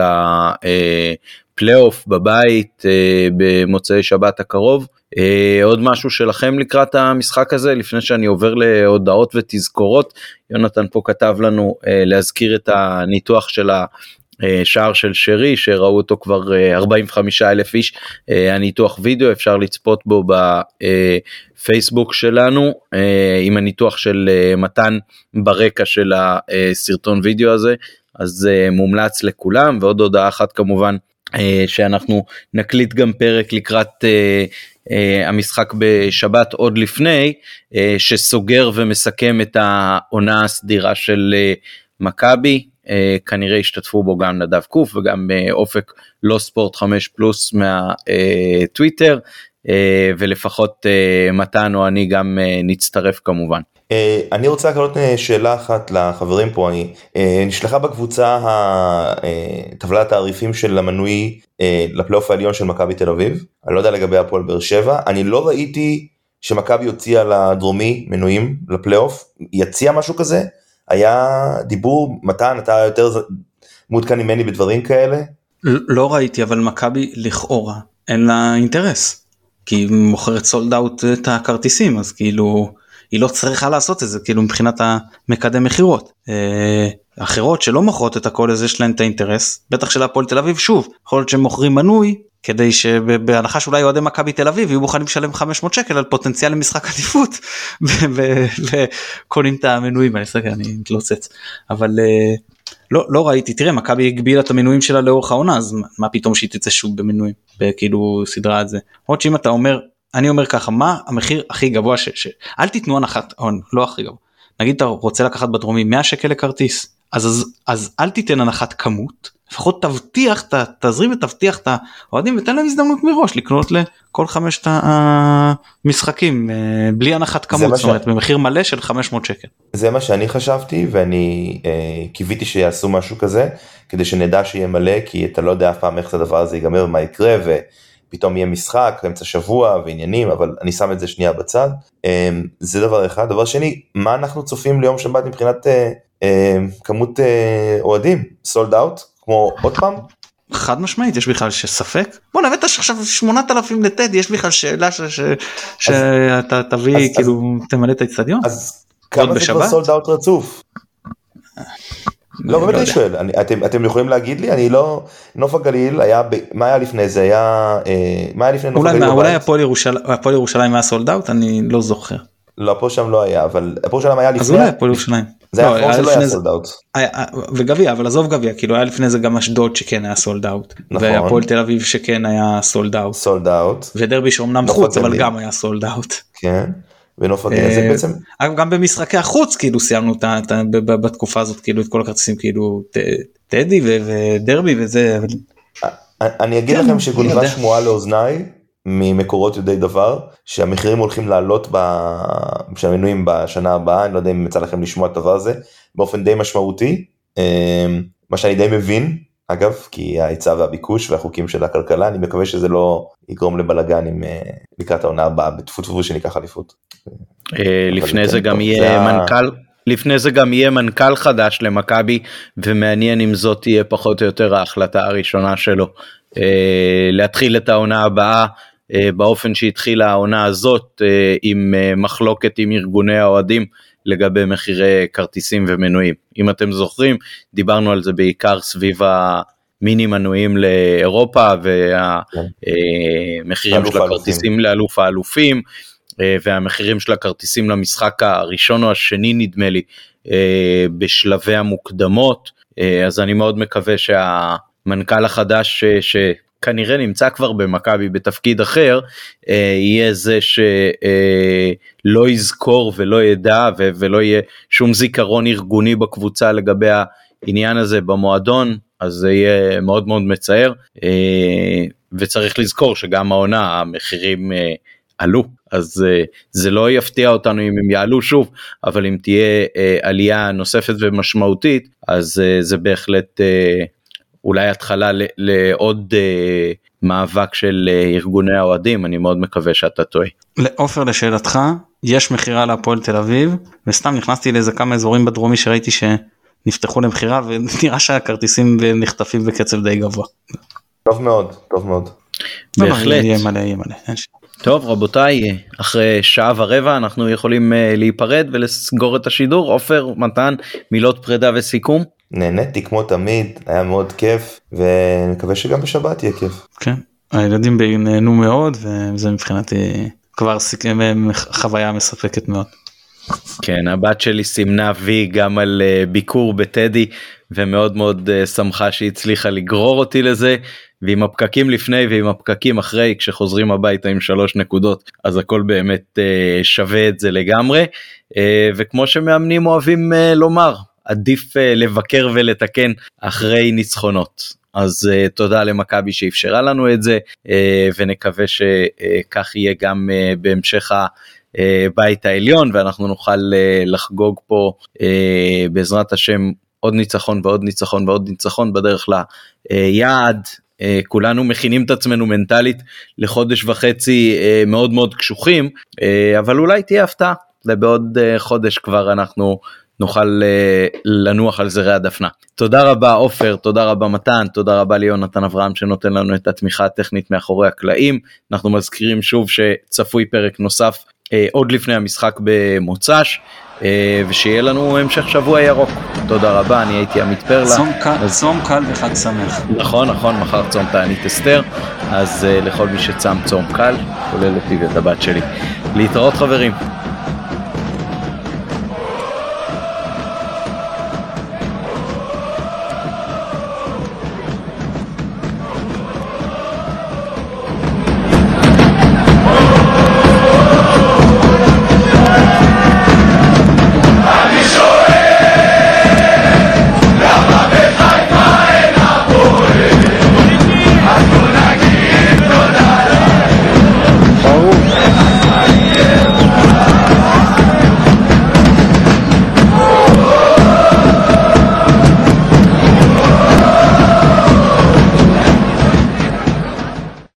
הפלייאוף בבית במוצאי שבת הקרוב. עוד משהו שלכם לקראת המשחק הזה לפני שאני עובר להודעות ותזכורות? יונתן פה כתב לנו להזכיר את הניתוח של השער של שרי שראו אותו כבר 45,000 איש, הניתוח וידאו אפשר לצפות בו בפייסבוק שלנו עם הניתוח של מתן ברקע של הסרטון וידאו הזה, אז מומלץ לכולם. ועוד הודעה אחת כמובן שאנחנו נקליט גם פרק לקראת המשחק בשבת עוד לפני, שסוגר ומסכם את העונה הסדירה של מכבי. כנראה השתתפו בו גם נדב קוף וגם אופק לא ספורט 5 פלוס מהטוויטר, ולפחות מתן או אני גם נצטרף כמובן. אני רוצה לקנות שאלה אחת לחברים פה. נשלחה בקבוצה טבלת התעריפים של המנוי לפלייאוף העליון של מכבי תל אביב. אני לא יודע לגבי הפועל באר שבע, אני לא ראיתי שמכבי הוציאה לדרומי מנויים לפלייאוף. יציע משהו כזה? היה דיבור? מתן, אתה יותר מעודכן ממני בדברים כאלה? לא ראיתי, אבל מכבי לכאורה אין לה אינטרס, כי היא מוכרת סולד אאוט את הכרטיסים, אז כאילו היא לא צריכה לעשות את זה, כאילו מבחינת המקדם מחירות. אחרות שלא מוכרות את הכל הזה יש להן את האינטרס, בטח של הפועל תל אביב, שוב, יכול להיות שהם מוכרים מנוי, כדי שבהנחה שאולי אוהדי מכבי תל אביב יהיו מוכנים לשלם 500 שקל על פוטנציאל למשחק עדיפות, וקונים את המנויים, אני מתלוצץ, אבל לא ראיתי. תראה, מכבי הגבילה את המנויים שלה לאורך העונה, אז מה פתאום שהיא תצא שוב במנויים, כאילו סדרה את זה. עוד שאם אתה אומר, אני אומר ככה, מה המחיר הכי גבוה, אל תיתנו הנחת, לא הכי גבוה, נגיד אתה רוצה לקחת בדרומי 100 שקל לכרטיס, אז אל תיתן הנחת כמות, לפחות תבטיח, תזרים ותבטיח את האוהדים, ותן להם הזדמנות מראש לקנות לכל 5 המשחקים, בלי הנחת כמות, זאת אומרת, במחיר מלא של 500 שקל. זה מה שאני חשבתי, ואני קיוויתי שיעשו משהו כזה, כדי שנדע שיהיה מלא, כי אתה לא יודע אף פעם איך הדבר הזה ייגמר, מה יקרה, ופתאום יהיה משחק, אמצע שבוע ועניינים, אבל אני שם את זה שנייה בצד. זה דבר אחד. דבר שני, מה אנחנו צופים ליום שבת מבחינת כמות אוהדים? סולד אאוט? כמו עוד פעם? חד משמעית, יש בכלל שספק? בוא נבט עכשיו 8,000 לטד, יש בכלל שאלה שאתה תביא, כאילו תמלא את האצטדיון? אז כמה זה כבר סולד אאוט רצוף? לא, באמת אני שואל, אתם יכולים להגיד לי? אני לא, נוף הגליל היה, מה היה לפני זה? מה היה לפני נוף הגליל? אולי הפועל ירושלים היה סולד אאוט, אני לא זוכר. לא, הפועל שם לא היה, אבל הפועל שלם היה לפני. אז אולי הפועל ירושלים. זה היה האחרון שלא היה סולד אאוט. וגביע, אבל עזוב גביע, כאילו היה לפני זה גם אשדוד שכן היה סולד אאוט. נכון. והפועל תל אביב שכן היה סולד אאוט. סולד אאוט. ודרבי שאומנם חוץ, אבל גם היה סולד אאוט. כן. ונוף הגליל זה בעצם. גם במשחקי החוץ, כאילו סיימנו בתקופה הזאת, כאילו את כל הכרטיסים, כאילו טדי ודרבי וזה. אני אגיד לכם שגונבה שמועה לאוזניי, ממקורות יודעי דבר, שהמחירים הולכים לעלות שהמנויים בשנה הבאה, אני לא יודע אם יצא לכם לשמוע את הדבר הזה, באופן די משמעותי, מה שאני די מבין, אגב, כי ההיצע והביקוש והחוקים של הכלכלה, אני מקווה שזה לא יגרום לבלגן עם לקראת העונה הבאה, בתפוט שניקח אליפות. לפני זה גם יהיה מנכ"ל, לפני זה גם יהיה מנכ"ל חדש למכבי, ומעניין אם זאת תהיה פחות או יותר ההחלטה הראשונה שלו, להתחיל את העונה הבאה, באופן שהתחילה העונה הזאת, עם מחלוקת עם ארגוני האוהדים, לגבי מחירי כרטיסים ומנויים. אם אתם זוכרים, דיברנו על זה בעיקר סביב המיני מנויים לאירופה, והמחירים של הכרטיסים לאלוף האלופים, והמחירים של הכרטיסים למשחק הראשון או השני נדמה לי, בשלבי המוקדמות. אז אני מאוד מקווה שהמנכ"ל החדש שכנראה נמצא כבר במכבי בתפקיד אחר, יהיה זה שלא יזכור ולא ידע ולא יהיה שום זיכרון ארגוני בקבוצה לגבי העניין הזה במועדון, אז זה יהיה מאוד מאוד מצער, וצריך לזכור שגם העונה המחירים עלו, אז זה לא יפתיע אותנו אם הם יעלו שוב, אבל אם תהיה עלייה נוספת ומשמעותית, אז זה בהחלט אולי התחלה לעוד מאבק של ארגוני האוהדים, אני מאוד מקווה שאתה טועה. לעופר, לשאלתך, יש מחירה להפועל תל אביב, וסתם נכנסתי לאיזה כמה אזורים בדרומי שראיתי שנפתחו למחירה, ונראה שהכרטיסים נחטפים בקצב די גבוה. טוב מאוד, טוב מאוד. בהחלט. יהיה מלא. טוב רבותיי, אחרי שעה ורבע אנחנו יכולים להיפרד ולסגור את השידור. עופר, מתן, מילות פרידה וסיכום. נהניתי כמו תמיד, היה מאוד כיף, ומקווה שגם בשבת יהיה כיף. כן, הילדים נהנו מאוד, וזה מבחינתי כבר חוויה מספקת מאוד. כן, הבת שלי סימנה וי גם על ביקור בטדי, ומאוד מאוד שמחה שהיא הצליחה לגרור אותי לזה, ועם הפקקים לפני ועם הפקקים אחרי, כשחוזרים הביתה עם 3 נקודות, אז הכל באמת שווה את זה לגמרי, וכמו שמאמנים אוהבים לומר, עדיף לבקר ולתקן אחרי ניצחונות. אז תודה למכבי שאפשרה לנו את זה, ונקווה שכך יהיה גם בהמשך הבית העליון, ואנחנו נוכל לחגוג פה בעזרת השם עוד ניצחון ועוד ניצחון ועוד ניצחון בדרך ליעד. כולנו מכינים את עצמנו מנטלית לחודש וחצי מאוד מאוד קשוחים, אבל אולי תהיה הפתעה, ובעוד חודש כבר אנחנו נוכל לנוח על זרי הדפנה. תודה רבה עופר, תודה רבה מתן, תודה רבה ליונתן אברהם שנותן לנו את התמיכה הטכנית מאחורי הקלעים. אנחנו מזכירים שוב שצפוי פרק נוסף עוד לפני המשחק במוצ"ש, ושיהיה לנו המשך שבוע ירוק. תודה רבה, אני הייתי עמית פרלה. צום קל וחג שמח. נכון, מחר צום תענית אסתר, אז לכל מי שצם צום קל, כולל אותי ואת הבת שלי. להתראות חברים.